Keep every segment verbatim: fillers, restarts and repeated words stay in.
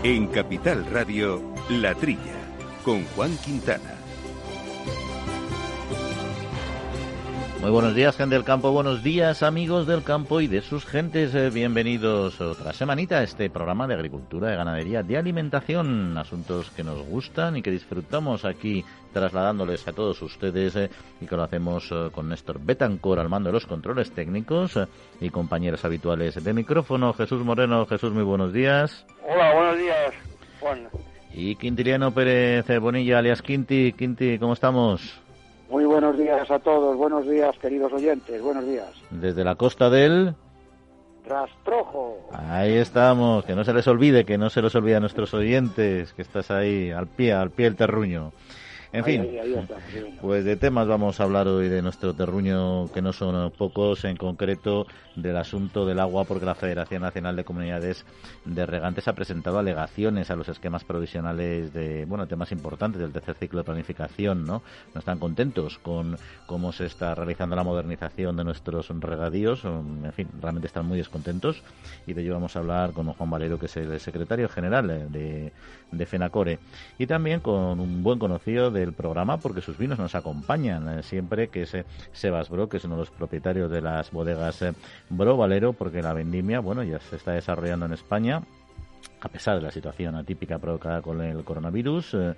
En Capital Radio, La Trilla, con Juan Quintana. Muy buenos días, gente del campo, buenos días, amigos del campo y de sus gentes. Eh, bienvenidos otra semanita a este programa de agricultura, de ganadería, de alimentación, asuntos que nos gustan y que disfrutamos aquí trasladándoles a todos ustedes eh, y que lo hacemos eh, con Néstor Betancor al mando de los controles técnicos eh, y compañeros habituales de micrófono. Jesús Moreno. Jesús, muy buenos días. Hola, buenos días, Juan. Y Quintiliano Pérez Bonilla, alias Quinti. Quinti, ¿cómo estamos? Muy buenos días a todos, buenos días, queridos oyentes, buenos días. Desde la costa del... Rastrojo. Ahí estamos, que no se les olvide, que no se les olvide a nuestros oyentes, que estás ahí al pie, al pie del terruño. En fin, ahí, ahí, ahí está, sí. Pues de temas vamos a hablar hoy de nuestro terruño, que no son pocos, en concreto del asunto del agua, porque la Federación Nacional de Comunidades de Regantes ha presentado alegaciones a los esquemas provisionales de, bueno, temas importantes del tercer ciclo de planificación, ¿no? No están contentos con cómo se está realizando la modernización de nuestros regadíos, en fin, realmente están muy descontentos, y de ello vamos a hablar con Juan Valero, que es el secretario general de, de FENACORE, y también con un buen conocido del programa, porque sus vinos nos acompañan eh, siempre, que es eh, Sebas Bro, que es uno de los propietarios de las bodegas eh, Bro Valero, porque la vendimia, bueno, ya se está desarrollando en España, a pesar de la situación atípica provocada con el coronavirus eh,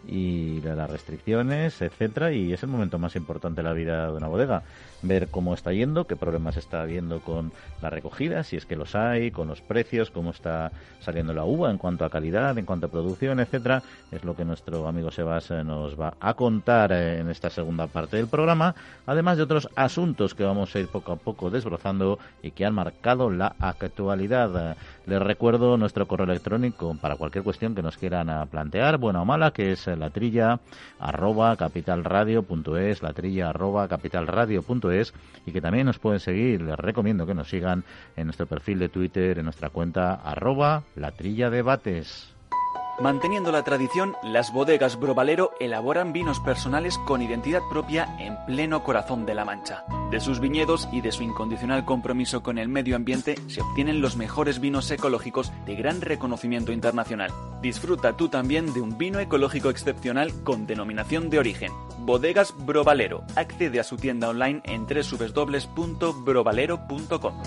y de las restricciones, etcétera, y es el momento más importante de la vida de una bodega, ver cómo está yendo, qué problemas está habiendo con la recogida, si es que los hay, con los precios, cómo está saliendo la uva en cuanto a calidad, en cuanto a producción, etcétera. Es lo que nuestro amigo Sebas eh, nos va a contar eh, en esta segunda parte del programa, además de otros asuntos que vamos a ir poco a poco desbrozando y que han marcado la actualidad. Les recuerdo nuestro correo electrónico para cualquier cuestión que nos quieran plantear, buena o mala, que es la trilla arroba capitalradio punto es, la trilla arroba capitalradio punto es, y que también nos pueden seguir. Les recomiendo que nos sigan en nuestro perfil de Twitter, en nuestra cuenta arroba la trilla debates. Manteniendo la tradición, las bodegas Bro Valero elaboran vinos personales con identidad propia en pleno corazón de La Mancha. De sus viñedos y de su incondicional compromiso con el medio ambiente se obtienen los mejores vinos ecológicos de gran reconocimiento internacional. Disfruta tú también de un vino ecológico excepcional con denominación de origen. Bodegas Bro Valero. Accede a su tienda online en doble u doble u doble u punto brovalero punto com.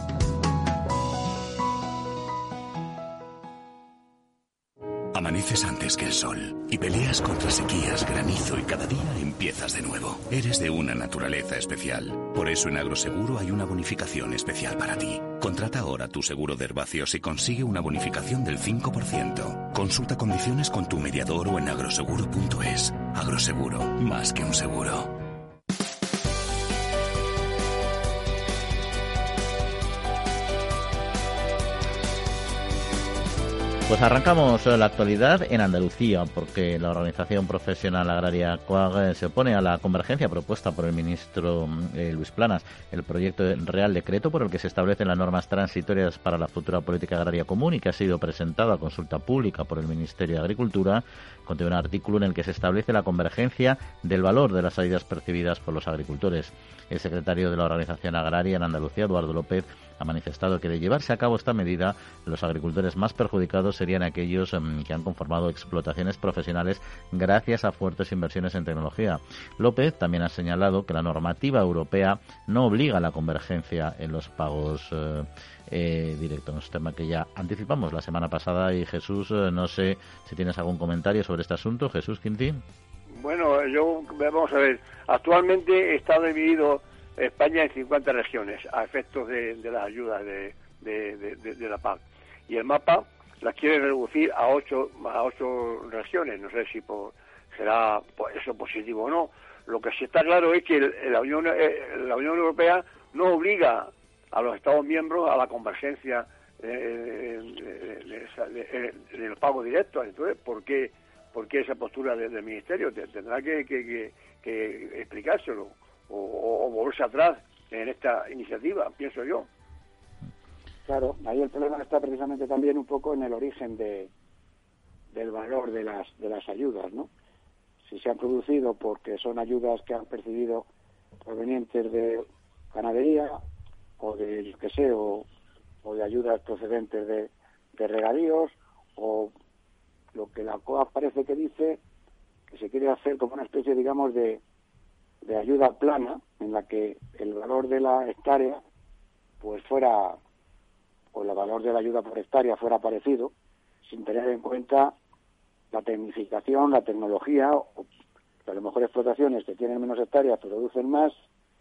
Amaneces antes que el sol y peleas contra sequías, granizo y cada día empiezas de nuevo. Eres de una naturaleza especial. Por eso en Agroseguro hay una bonificación especial para ti. Contrata ahora tu seguro de herbáceos y consigue una bonificación del cinco por ciento. Consulta condiciones con tu mediador o en agroseguro punto es. Agroseguro, más que un seguro. Pues arrancamos la actualidad en Andalucía, porque la Organización Profesional Agraria C O A G se opone a la convergencia propuesta por el ministro eh, Luis Planas, el proyecto de Real Decreto por el que se establecen las normas transitorias para la futura política agraria común y que ha sido presentado a consulta pública por el Ministerio de Agricultura. Contiene un artículo en el que se establece la convergencia del valor de las ayudas percibidas por los agricultores. El secretario de la Organización Agraria en Andalucía, Eduardo López, ha manifestado que de llevarse a cabo esta medida, los agricultores más perjudicados serían aquellos um, que han conformado explotaciones profesionales gracias a fuertes inversiones en tecnología. López también ha señalado que la normativa europea no obliga a la convergencia en los pagos eh, eh, directos, tema que ya anticipamos la semana pasada. Y Jesús, eh, no sé si tienes algún comentario sobre este asunto. Jesús Quintín. Bueno, yo vamos a ver, actualmente está dividido España en cincuenta regiones a efectos de, de las ayudas de, de, de, de, de la P A C, y el mapa las quiere reducir a ocho a ocho regiones. No sé si por, será por eso positivo o no. Lo que sí está claro es que el, la Unión eh, la Unión Europea no obliga a los Estados miembros a la convergencia del pago directo. Entonces, ¿por qué, por qué esa postura del, del Ministerio? Tendrá que, que, que, que explicárselo o, o, o volverse atrás en esta iniciativa, pienso yo. Claro, ahí el problema está precisamente también un poco en el origen de del valor de las de las ayudas, ¿no? Si se han producido porque son ayudas que han percibido provenientes de ganadería o de, yo qué sé, o, o de ayudas procedentes de, de regadíos, o lo que la C O A parece que dice, que se quiere hacer como una especie, digamos, de, de ayuda plana, en la que el valor de la hectárea, pues fuera, o el valor de la ayuda por hectárea fuera parecido, sin tener en cuenta la tecnificación, la tecnología, o a lo mejor explotaciones que tienen menos hectáreas producen más,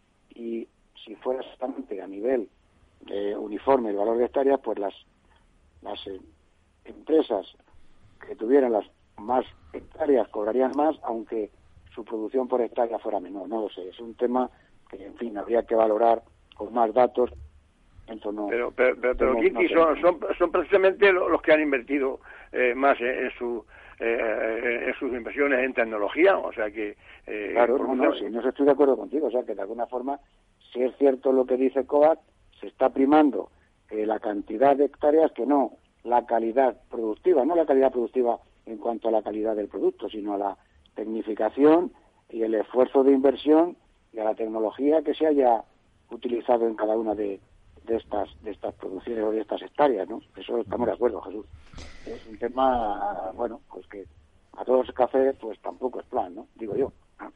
y si fuera exactamente a nivel eh, uniforme el valor de hectáreas, pues las, las eh, empresas que tuvieran las más hectáreas cobrarían más, aunque su producción por hectárea fuera menor. No lo sé, es un tema que, en fin, habría que valorar con más datos. No, pero, pero, pero, pero no, Kiki, no son, son, son precisamente los que han invertido eh, más en, en su eh, en sus inversiones en tecnología, o sea que... Eh, claro, no, no, sí, no estoy de acuerdo contigo, o sea que de alguna forma, si es cierto lo que dice C O A C, se está primando eh, la cantidad de hectáreas que no la calidad productiva, no la calidad productiva en cuanto a la calidad del producto, sino a la tecnificación y el esfuerzo de inversión y a la tecnología que se haya utilizado en cada una de de estas de estas producciones o de estas hectáreas, ¿no? Eso estamos de acuerdo, Jesús. Es un tema, bueno, pues que a todos los cafés pues tampoco es plan, ¿no? Digo yo.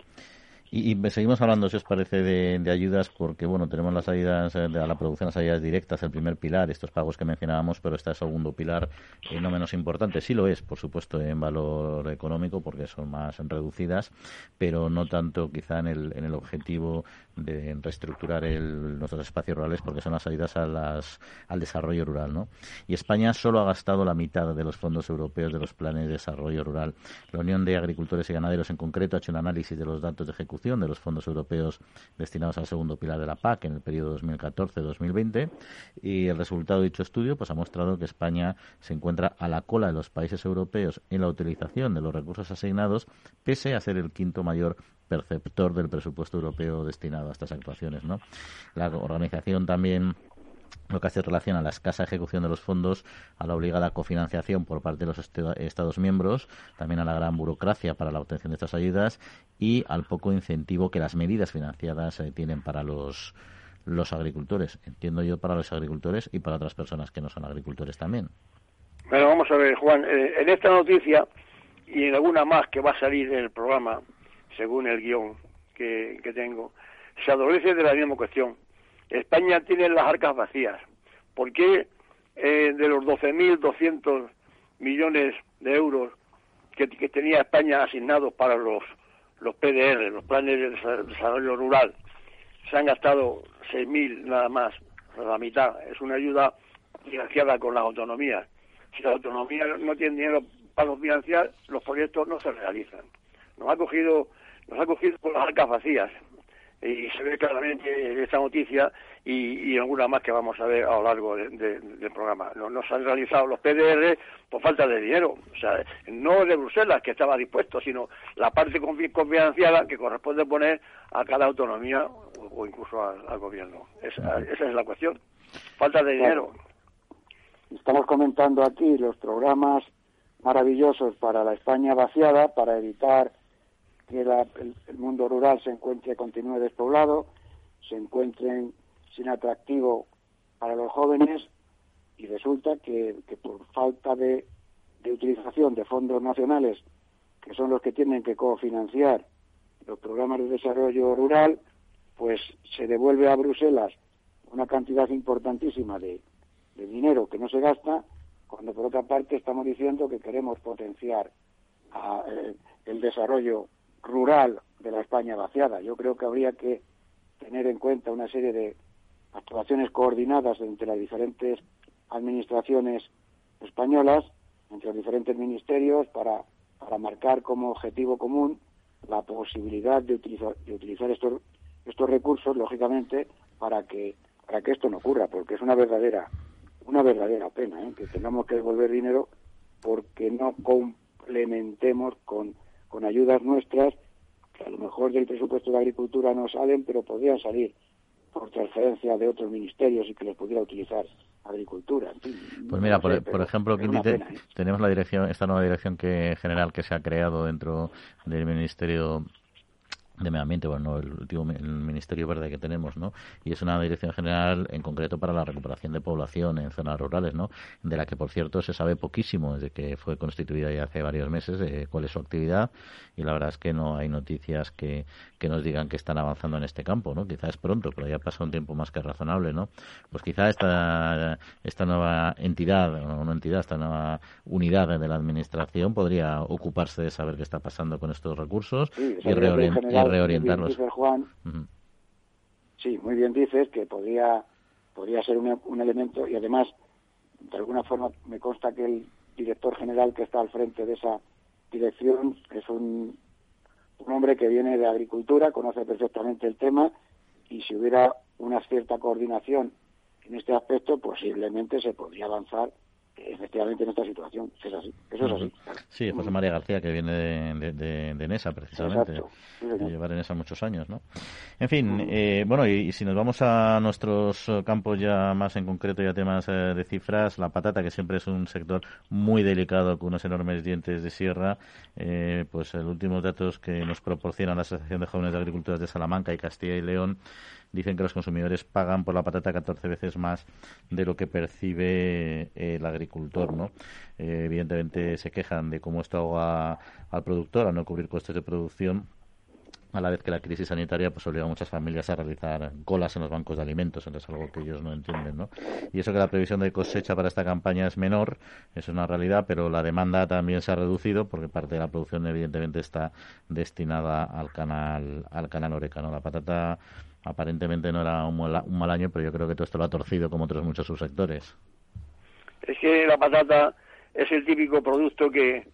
Y, y seguimos hablando, si os parece, de, de ayudas, porque, bueno, tenemos las ayudas de a la producción, las ayudas directas, el primer pilar, estos pagos que mencionábamos, pero está el segundo pilar, eh, no menos importante. Sí lo es, por supuesto, en valor económico, porque son más reducidas, pero no tanto quizá en el, en el objetivo de reestructurar el, nuestros espacios rurales, porque son las ayudas a las, al desarrollo rural, ¿no? Y España solo ha gastado la mitad de los fondos europeos de los planes de desarrollo rural. La Unión de Agricultores y Ganaderos, en concreto, ha hecho un análisis de los datos de ejecución de los fondos europeos destinados al segundo pilar de la P A C en el periodo dos mil catorce dos mil veinte, y el resultado de dicho estudio pues ha mostrado que España se encuentra a la cola de los países europeos en la utilización de los recursos asignados, pese a ser el quinto mayor perceptor del presupuesto europeo destinado a estas actuaciones, ¿no? La organización también lo que hace relación a la escasa ejecución de los fondos, a la obligada cofinanciación por parte de los est- Estados miembros, también a la gran burocracia para la obtención de estas ayudas y al poco incentivo que las medidas financiadas eh, tienen para los los agricultores. Entiendo yo para los agricultores y para otras personas que no son agricultores también. Bueno, vamos a ver, Juan, eh, en esta noticia y en alguna más que va a salir en el programa, según el guión que, que tengo, se adolece de la misma cuestión. España tiene las arcas vacías. ¿Por qué eh, de los doce mil doscientos millones de euros que, que tenía España asignados para los, los P D R, los planes de desarrollo rural, se han gastado seis mil nada más, la mitad? Es una ayuda financiada con las autonomías. Si las autonomías no tienen dinero para financiar, los proyectos no se realizan. Nos ha cogido, nos ha cogido con las arcas vacías. Y se ve claramente en esta noticia y, y alguna más que vamos a ver a lo largo de, de, del programa. No, no se han realizado los P D R por falta de dinero. O sea, no de Bruselas, que estaba dispuesto, sino la parte cofinanciada que corresponde poner a cada autonomía o, o incluso al, al gobierno. Esa, esa es la cuestión. Falta de dinero. Estamos comentando aquí los programas maravillosos para la España vaciada, para evitar que la, el, el mundo rural se encuentre, continúe despoblado, se encuentren sin atractivo para los jóvenes, y resulta que, que por falta de, de utilización de fondos nacionales, que son los que tienen que cofinanciar los programas de desarrollo rural, pues se devuelve a Bruselas una cantidad importantísima de, de dinero que no se gasta, cuando por otra parte estamos diciendo que queremos potenciar a, eh, el desarrollo rural de la España vaciada. Yo creo que habría que tener en cuenta una serie de actuaciones coordinadas entre las diferentes administraciones españolas, entre los diferentes ministerios, para, para marcar como objetivo común la posibilidad de utilizar, de utilizar estos, estos recursos, lógicamente, para que, para que esto no ocurra, porque es una verdadera, una verdadera pena, ¿eh? Que tengamos que devolver dinero porque no complementemos con con ayudas nuestras, que a lo mejor del presupuesto de Agricultura no salen, pero podrían salir por transferencia de otros ministerios y que los pudiera utilizar Agricultura. En fin, pues mira, no por, sé, por ejemplo, Quinti, te, pena, ¿eh? tenemos la dirección, esta nueva dirección que general que se ha creado dentro del Ministerio de Medio Ambiente, bueno, no, el último el Ministerio Verde que tenemos, ¿no? Y es una dirección general en concreto para la recuperación de población en zonas rurales, ¿no? De la que, por cierto, se sabe poquísimo desde que fue constituida ya hace varios meses, de cuál es su actividad, y la verdad es que no hay noticias que, que nos digan que están avanzando en este campo, ¿no? Quizá es pronto, pero ya pasa un tiempo más que razonable, ¿no? Pues quizá esta, esta nueva entidad, o no entidad, esta nueva unidad de la administración podría ocuparse de saber qué está pasando con estos recursos sí, y reorientar reorientarlos. Dice Juan, uh-huh. Sí, muy bien dices que podría podría ser un, un elemento, y además de alguna forma me consta que el director general que está al frente de esa dirección es un, un hombre que viene de agricultura, conoce perfectamente el tema, y si hubiera una cierta coordinación en este aspecto, posiblemente se podría avanzar efectivamente en esta situación. Es así, eso es así. Sí, José María García, que viene de, de, de, de Enesa, precisamente, Exacto, sí, de llevar Enesa muchos años, ¿no? En fin, eh, bueno, y, y si nos vamos a nuestros campos ya más en concreto y a temas eh, de cifras, la patata, que siempre es un sector muy delicado con unos enormes dientes de sierra, eh, pues los últimos datos que nos proporciona la Asociación de Jóvenes de Agricultores de Salamanca y Castilla y León dicen que los consumidores pagan por la patata catorce veces más de lo que percibe eh, el agricultor, ¿no? Eh, evidentemente se quejan de cómo esto ahoga al productor al no cubrir costes de producción, a la vez que la crisis sanitaria pues obliga a muchas familias a realizar colas en los bancos de alimentos, entonces es algo que ellos no entienden, ¿no? Y eso que la previsión de cosecha para esta campaña es menor, es una realidad, pero la demanda también se ha reducido porque parte de la producción evidentemente está destinada al canal al canal Horeca, ¿no? La patata aparentemente no era un mal, un mal año, pero yo creo que todo esto lo ha torcido como otros muchos subsectores. Es que la patata es el típico producto que,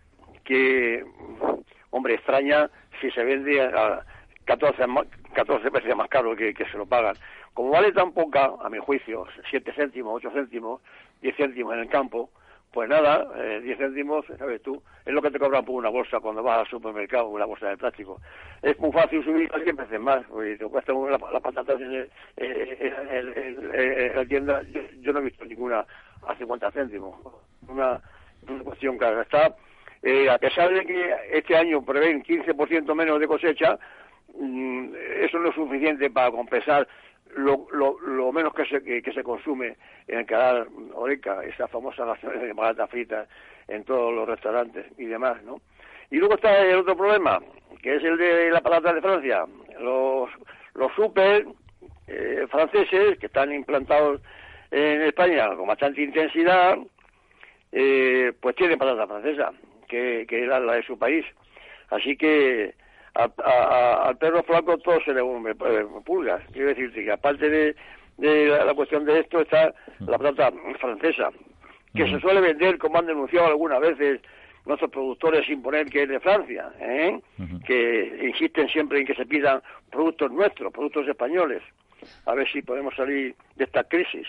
que hombre, extraña si se vende a catorce, catorce veces más caro que, que se lo pagan. Como vale tan poca, a mi juicio, siete céntimos, ocho céntimos, diez céntimos en el campo, pues nada, eh, diez céntimos, sabes tú, es lo que te cobran por una bolsa cuando vas al supermercado, una bolsa de plástico. Es muy fácil subir diez veces más, porque te cuesta las la patatas en, el, en, el, en, en la tienda, yo, yo no he visto ninguna a cincuenta céntimos. Una, una cuestión que está, eh, a pesar de que este año prevén quince por ciento menos de cosecha, mmm, eso no es suficiente para compensar Lo, lo, lo menos que se que, que se consume en el canal Horeca, esas famosas raciones de patatas fritas en todos los restaurantes y demás, ¿no? Y luego está el otro problema, que es el de la patata de Francia. Los los super eh, franceses que están implantados en España con bastante intensidad, eh, pues tienen patata francesa, que, que era la de su país. Así que A, a, al perro flaco todo se le vuelve pulgas. Quiero decirte que aparte de, de la, la cuestión de esto está la patata francesa, que se suele vender, como han denunciado algunas veces nuestros productores, sin poner que es de Francia, ¿eh? Uh-huh. Que insisten siempre en que se pidan productos nuestros, productos españoles, a ver si podemos salir de esta crisis.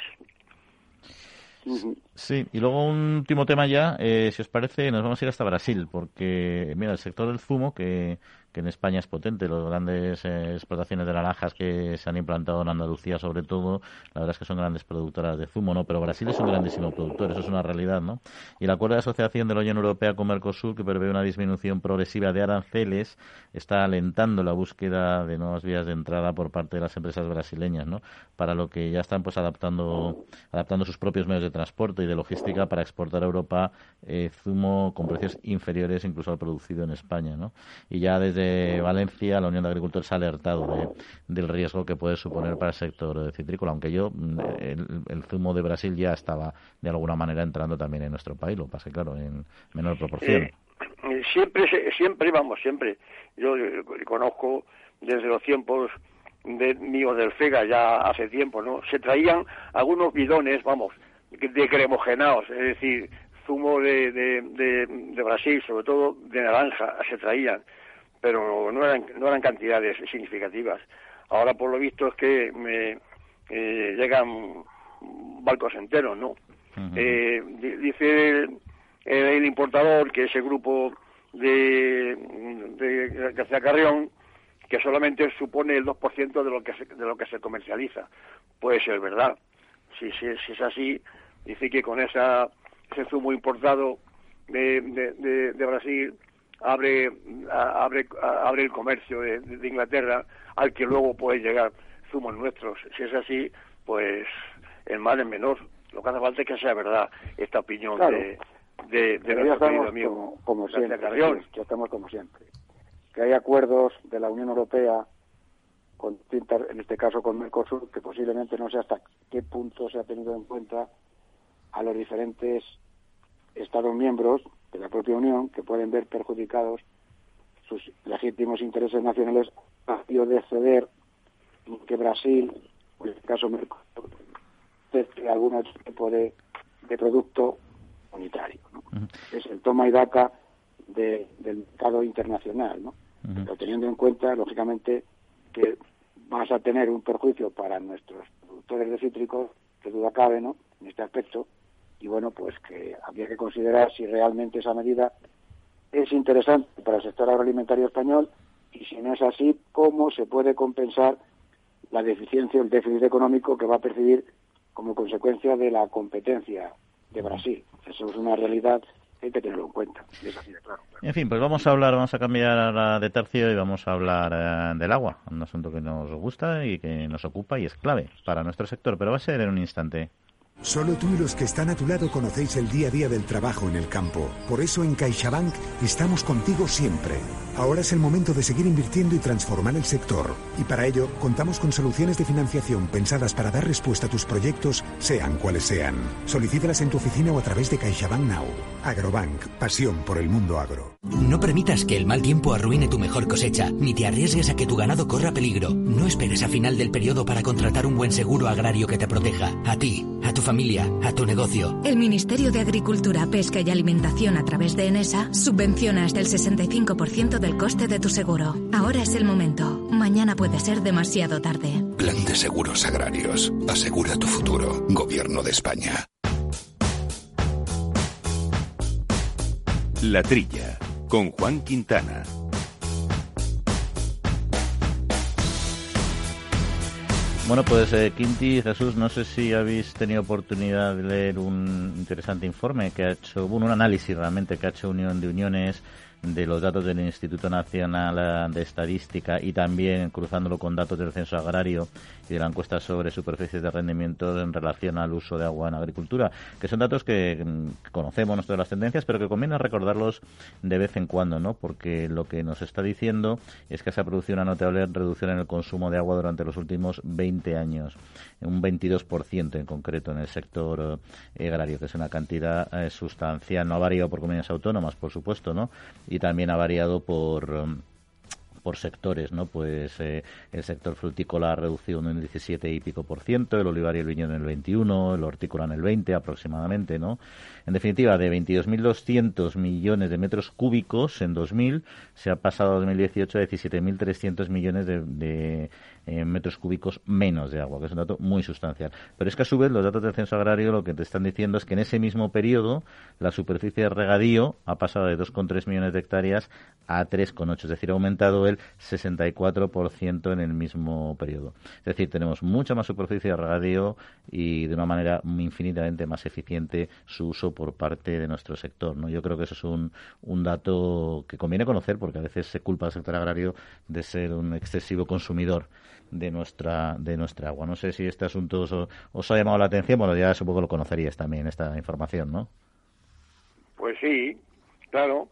Sí, y luego un último tema ya, eh, si os parece, nos vamos a ir hasta Brasil, porque, mira, el sector del zumo, que, que en España es potente, las grandes eh, explotaciones de naranjas que se han implantado en Andalucía sobre todo, la verdad es que son grandes productoras de zumo, ¿no? Pero Brasil es un grandísimo productor, eso es una realidad, ¿no? Y el acuerdo de asociación de la Unión Europea con Mercosur, que prevé una disminución progresiva de aranceles, está alentando la búsqueda de nuevas vías de entrada por parte de las empresas brasileñas, ¿no? Para lo que ya están pues adaptando, adaptando sus propios medios de transporte y de logística para exportar a Europa eh, zumo con precios inferiores incluso al producido en España, ¿no? Y ya desde Valencia la Unión de Agricultores ha alertado de, del riesgo que puede suponer para el sector citrícola, aunque yo el, el zumo de Brasil ya estaba de alguna manera entrando también en nuestro país, lo pasa claro en menor proporción. Eh, siempre, siempre, vamos, siempre. Yo eh, conozco desde los tiempos de míos del FEGA, ya hace tiempo, ¿no? Se traían algunos bidones, vamos, de cremogenados, es decir, zumo de, de, de, de Brasil, sobre todo de naranja, se traían, pero no eran, no eran cantidades significativas. Ahora, por lo visto, es que me eh, llegan barcos enteros, ¿no? Uh-huh. Eh, dice el, el importador, que es el grupo de, de García Carrión, que solamente supone el dos por ciento de lo que se, de lo que se comercializa. Puede ser verdad. Si, si, si es así, dice que con esa ese zumo importado de, de, de, de Brasil abre a, abre a, abre el comercio de, de Inglaterra, al que luego puede llegar zumos nuestros. Si es así, pues el mal es menor. Lo que hace falta es que sea verdad esta opinión claro. de, de, de nuestro querido amigo. Como, como siempre, que estamos como siempre. Que hay acuerdos de la Unión Europea, con, en este caso con Mercosur, que posiblemente no sé hasta qué punto se ha tenido en cuenta a los diferentes Estados miembros de la propia Unión, que pueden ver perjudicados sus legítimos intereses nacionales a cambio de ceder que Brasil, o en este caso Mercosur, cede algún otro tipo de, de producto unitario, ¿no? Uh-huh. Es el toma y daca de, del mercado internacional, ¿no? Uh-huh. Pero teniendo en cuenta, lógicamente, que vas a tener un perjuicio para nuestros productores de cítricos, que duda cabe, ¿no?, en este aspecto, y bueno, pues que habría que considerar si realmente esa medida es interesante para el sector agroalimentario español, y si no es así, cómo se puede compensar la deficiencia, el déficit económico que va a percibir como consecuencia de la competencia de Brasil. Eso es una realidad que hay que tenerlo en cuenta. Y es así de claro, claro. En fin, pues vamos a hablar, vamos a cambiar de tercio y vamos a hablar eh, del agua, un asunto que nos gusta y que nos ocupa y es clave para nuestro sector, pero va a ser en un instante. Solo tú y los que están a tu lado conocéis el día a día del trabajo en el campo. Por eso en CaixaBank estamos contigo siempre. Ahora es el momento de seguir invirtiendo y transformar el sector. Y para ello contamos con soluciones de financiación pensadas para dar respuesta a tus proyectos, sean cuales sean. Solicítalas en tu oficina o a través de CaixaBank Now. Agrobank, pasión por el mundo agro. No permitas que el mal tiempo arruine tu mejor cosecha, ni te arriesgues a que tu ganado corra peligro. No esperes a final del periodo para contratar un buen seguro agrario que te proteja. A ti, a tu familia, a tu negocio. El Ministerio de Agricultura, Pesca y Alimentación a través de ENESA subvenciona hasta el sesenta y cinco por ciento del coste de tu seguro. Ahora es el momento. Mañana puede ser demasiado tarde. Plan de Seguros Agrarios. Asegura tu futuro. Gobierno de España. La Trilla, con Juan Quintana. Bueno, pues eh, Quinti, Jesús, no sé si habéis tenido oportunidad de leer un interesante informe que ha hecho, bueno, un análisis realmente que ha hecho Unión de Uniones de los datos del Instituto Nacional de Estadística y también cruzándolo con datos del Censo Agrario y de la encuesta sobre superficies de rendimiento en relación al uso de agua en agricultura, que son datos que, que conocemos nosotros las tendencias, pero que conviene recordarlos de vez en cuando, ¿no? Porque lo que nos está diciendo es que se ha producido una notable reducción en el consumo de agua durante los últimos veinte años, un veintidós por ciento en concreto en el sector eh, agrario, que es una cantidad eh, sustancial. No ha variado por comunidades autónomas, por supuesto, ¿no? Y también ha variado por por sectores, ¿no? Pues eh, el sector frutícola ha reducido en el diecisiete y pico por ciento, el olivar y el viñedo en el veintiuno, el hortícola en el veinte aproximadamente, ¿no? En definitiva, de veintidós mil doscientos millones de metros cúbicos en dos mil, se ha pasado a dos mil dieciocho a diecisiete mil trescientos millones de, de eh, metros cúbicos menos de agua, que es un dato muy sustancial. Pero es que a su vez los datos del Censo Agrario lo que te están diciendo es que en ese mismo periodo la superficie de regadío ha pasado de dos coma tres millones de hectáreas a tres coma ocho, es decir, ha aumentado el sesenta y cuatro por ciento en el mismo periodo. Es decir, tenemos mucha más superficie de regadío y de una manera infinitamente más eficiente su uso por parte de nuestro sector, ¿no? Yo creo que eso es un, un dato que conviene conocer porque a veces se culpa al sector agrario de ser un excesivo consumidor de nuestra de nuestra agua. No sé si este asunto os, os ha llamado la atención. Bueno, ya supongo que lo conoceríais también, esta información, ¿no? Pues sí, claro,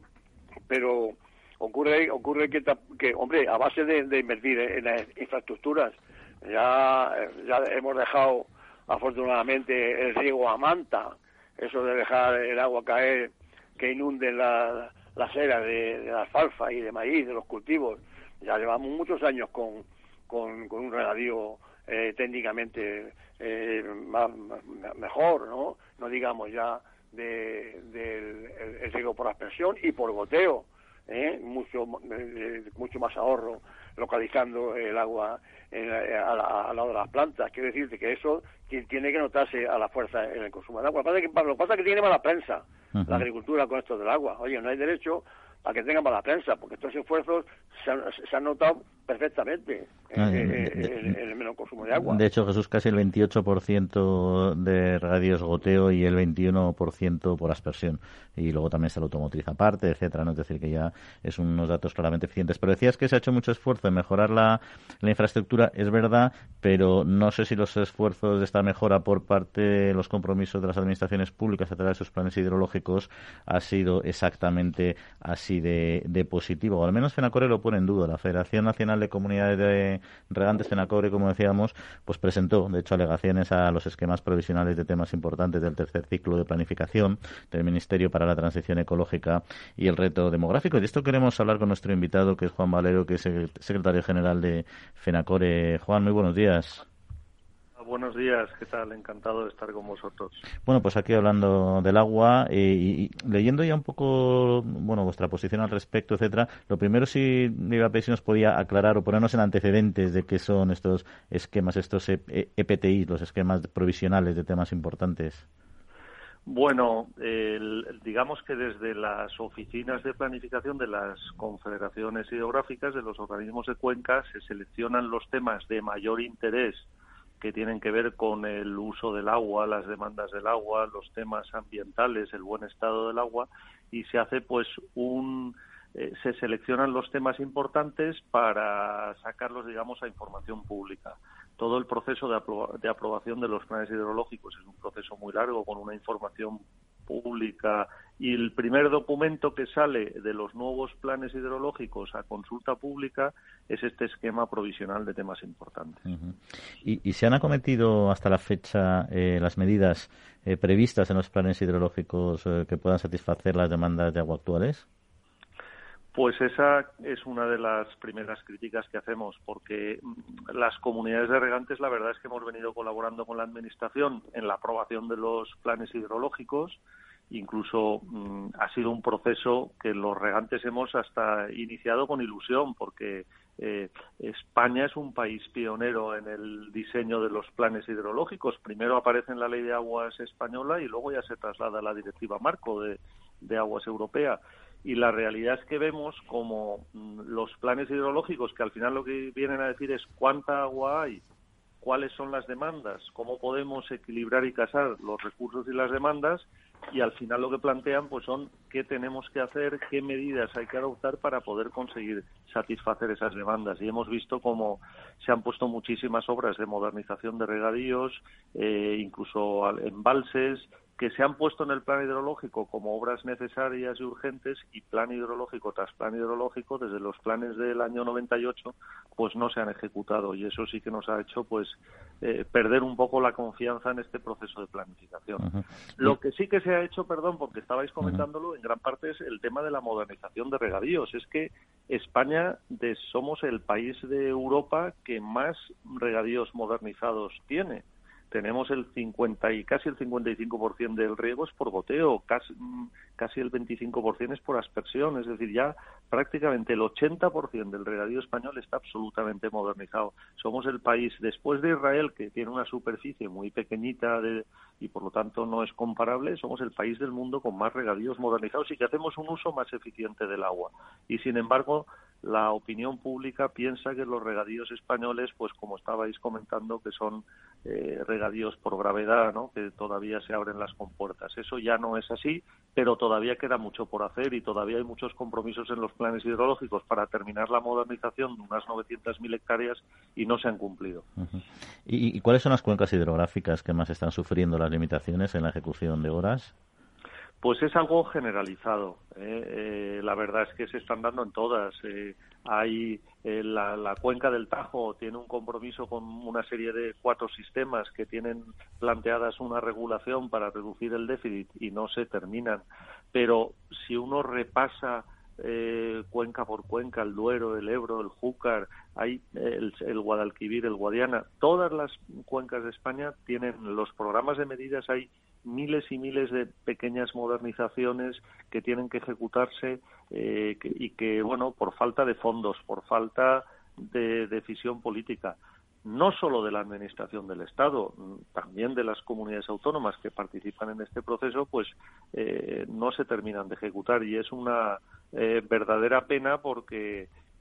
pero ocurre ocurre que, que hombre, a base de, de invertir en las infraestructuras, ya, ya hemos dejado afortunadamente el riego a manta, eso de dejar el agua caer que inunde la, las eras de, de la alfalfa y de maíz, de los cultivos. Ya llevamos muchos años con, con, con un regadío eh, técnicamente eh, más, más, mejor, ¿no? No digamos ya de, de el, el riego por aspersión y por goteo, ¿eh? mucho eh, mucho más ahorro localizando el agua en la, a la, al lado de las plantas. Quiero decirte que eso tiene que notarse a la fuerza en el consumo de agua. Lo que pasa es que, lo que, pasa es que tiene mala prensa uh-huh. la agricultura con esto del agua. Oye, no hay derecho a que tenga mala prensa, porque estos esfuerzos se han, se han notado perfectamente Ah, en, de, en, de, en el menor consumo de agua. De hecho, Jesús, casi el veintiocho por ciento de regadíos goteo y el veintiuno por ciento por aspersión. Y luego también está el automotriz aparte, etcétera, ¿no? Es decir, que ya es unos datos claramente eficientes. Pero decías que se ha hecho mucho esfuerzo en mejorar la, la infraestructura, es verdad, pero no sé si los esfuerzos de esta mejora por parte de los compromisos de las administraciones públicas a través de sus planes hidrológicos ha sido exactamente así de, de positivo. O al menos FENACORE lo pone en duda. La Federación Nacional de Comunidades de Regantes, FENACORE, como decíamos, pues presentó, de hecho, alegaciones a los esquemas provisionales de temas importantes del tercer ciclo de planificación del Ministerio para la Transición Ecológica y el Reto Demográfico. Y de esto queremos hablar con nuestro invitado, que es Juan Valero, que es el secretario general de FENACORE. Juan, muy buenos días. Buenos días, ¿qué tal? Encantado de estar con vosotros. Bueno, pues aquí hablando del agua eh, y, y leyendo ya un poco, bueno, vuestra posición al respecto, etcétera. Lo primero, si me iba a pedir si nos podía aclarar o ponernos en antecedentes de qué son estos esquemas, estos E P T I, los esquemas provisionales de temas importantes. Bueno, el, digamos que desde las oficinas de planificación de las confederaciones hidrográficas, de los organismos de cuencas, se seleccionan los temas de mayor interés que tienen que ver con el uso del agua, las demandas del agua, los temas ambientales, el buen estado del agua, y se hace pues un eh, se seleccionan los temas importantes para sacarlos, digamos, a información pública. Todo el proceso de, apro- de aprobación de los planes hidrológicos es un proceso muy largo, con una información pública, y el primer documento que sale de los nuevos planes hidrológicos a consulta pública es este esquema provisional de temas importantes. Uh-huh. ¿Y, y se han acometido hasta la fecha eh, las medidas eh, previstas en los planes hidrológicos eh, que puedan satisfacer las demandas de agua actuales? Pues esa es una de las primeras críticas que hacemos, porque las comunidades de regantes, la verdad es que hemos venido colaborando con la Administración en la aprobación de los planes hidrológicos. Incluso mmm, ha sido un proceso que los regantes hemos hasta iniciado con ilusión, porque eh, España es un país pionero en el diseño de los planes hidrológicos. Primero aparece en la Ley de Aguas española y luego ya se traslada a la Directiva Marco de, de Aguas Europea. Y la realidad es que vemos como los planes hidrológicos, que al final lo que vienen a decir es cuánta agua hay, cuáles son las demandas, cómo podemos equilibrar y casar los recursos y las demandas, y al final lo que plantean pues son qué tenemos que hacer, qué medidas hay que adoptar para poder conseguir satisfacer esas demandas. Y hemos visto cómo se han puesto muchísimas obras de modernización de regadíos, eh, incluso embalses, que se han puesto en el plan hidrológico como obras necesarias y urgentes, y plan hidrológico tras plan hidrológico, desde los planes del año noventa y ocho, pues no se han ejecutado, y eso sí que nos ha hecho pues eh, perder un poco la confianza en este proceso de planificación. Uh-huh. Lo que sí que se ha hecho, perdón, porque estabais comentándolo, uh-huh, en gran parte es el tema de la modernización de regadíos. Es que España de, somos el país de Europa que más regadíos modernizados tiene. Tenemos el cincuenta y casi el cincuenta y cinco por ciento del riego es por goteo, casi, casi el veinticinco por ciento es por aspersión, es decir, ya prácticamente el ochenta por ciento del regadío español está absolutamente modernizado. Somos el país, después de Israel, que tiene una superficie muy pequeñita de, y por lo tanto no es comparable, somos el país del mundo con más regadíos modernizados y que hacemos un uso más eficiente del agua. Y sin embargo, la opinión pública piensa que los regadíos españoles, pues como estabais comentando, que son eh, regadíos por gravedad, ¿no?, que todavía se abren las compuertas. Eso ya no es así, pero todavía queda mucho por hacer y todavía hay muchos compromisos en los planes hidrológicos para terminar la modernización de unas novecientas mil hectáreas y no se han cumplido. Uh-huh. ¿Y, ¿Y cuáles son las cuencas hidrográficas que más están sufriendo las limitaciones en la ejecución de obras? Pues es algo generalizado. ¿eh? Eh, la verdad es que se están dando en todas. Eh, hay eh, la, la cuenca del Tajo tiene un compromiso con una serie de cuatro sistemas que tienen planteadas una regulación para reducir el déficit y no se terminan. Pero si uno repasa eh, cuenca por cuenca, el Duero, el Ebro, el Júcar, hay el, el Guadalquivir, el Guadiana, todas las cuencas de España tienen los programas de medidas, hay miles y miles de pequeñas modernizaciones que tienen que ejecutarse eh, que, y que, bueno, por falta de fondos, por falta de decisión política, no solo de la Administración del Estado, también de las comunidades autónomas que participan en este proceso, pues eh, no se terminan de ejecutar, y es una eh, verdadera pena porque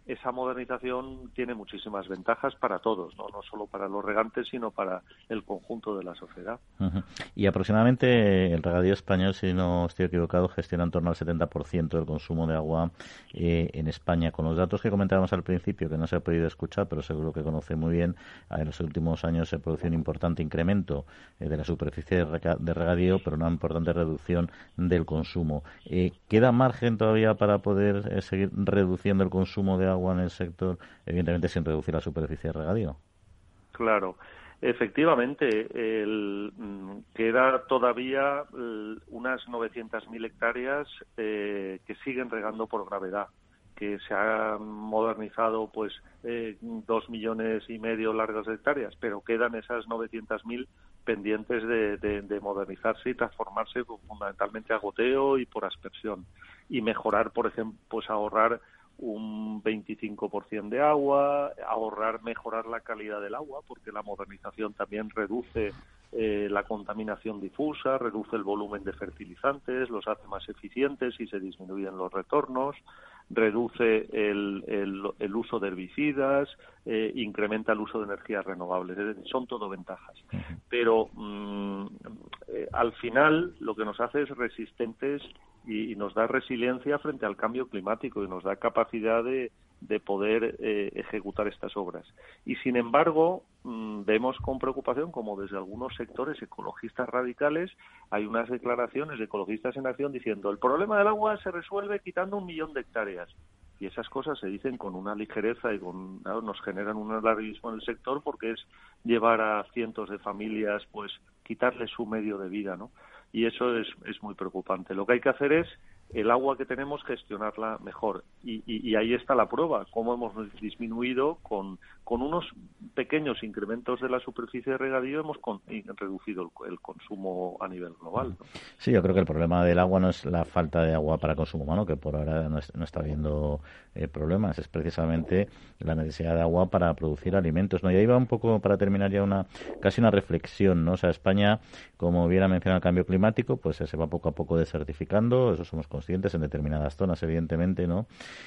esa modernización tiene muchísimas ventajas para todos, no no solo para los regantes, sino para el conjunto de la sociedad. Uh-huh. Y aproximadamente el regadío español, si no estoy equivocado, gestiona en torno al setenta por ciento del consumo de agua eh, en España. Con los datos que comentábamos al principio, que no se ha podido escuchar, pero seguro que conoce muy bien, en los últimos años se produce un importante incremento eh, de la superficie de, rega- de regadío, pero una importante reducción del consumo. Eh, ¿Queda margen todavía para poder eh, seguir reduciendo el consumo de agua en el sector, evidentemente sin reducir la superficie de regadío? Claro, efectivamente, el, queda todavía el, unas novecientas mil hectáreas eh, que siguen regando por gravedad, que se han modernizado pues eh, dos millones y medio largas de hectáreas, pero quedan esas novecientas mil pendientes de, de, de modernizarse y transformarse fundamentalmente a goteo y por aspersión, y mejorar, por ejemplo, pues ahorrar un veinticinco por ciento de agua, ahorrar, mejorar la calidad del agua, porque la modernización también reduce eh, la contaminación difusa, reduce el volumen de fertilizantes, los hace más eficientes y se disminuyen los retornos, reduce el, el, el uso de herbicidas, eh, incrementa el uso de energías renovables. Es decir, son todo ventajas. Pero mmm, eh, al final lo que nos hace es resistentes y, y nos da resiliencia frente al cambio climático y nos da capacidad de, de poder eh, ejecutar estas obras. Y sin embargo, mmm, vemos con preocupación como desde algunos sectores ecologistas radicales hay unas declaraciones de Ecologistas en Acción diciendo el problema del agua se resuelve quitando un millón de hectáreas. Y esas cosas se dicen con una ligereza y con, ¿no? nos generan un alarmismo en el sector porque es llevar a cientos de familias, pues quitarles su medio de vida, ¿no? Y eso es, es muy preocupante. Lo que hay que hacer es el agua que tenemos gestionarla mejor. Y, y, y ahí está la prueba, cómo hemos disminuido con, con unos pequeños incrementos de la superficie de regadío, hemos con, reducido el, el consumo a nivel global, ¿no? Sí, yo creo que el problema del agua no es la falta de agua para consumo humano, que por ahora no, es, no está habiendo eh, problemas, es precisamente la necesidad de agua para producir alimentos, ¿no? Y ahí va un poco, para terminar ya, una casi una reflexión, ¿no? O sea, España, como bien ha mencionado el cambio climático, pues se va poco a poco desertificando, eso somos conscientes en determinadas zonas, evidentemente, ¿no?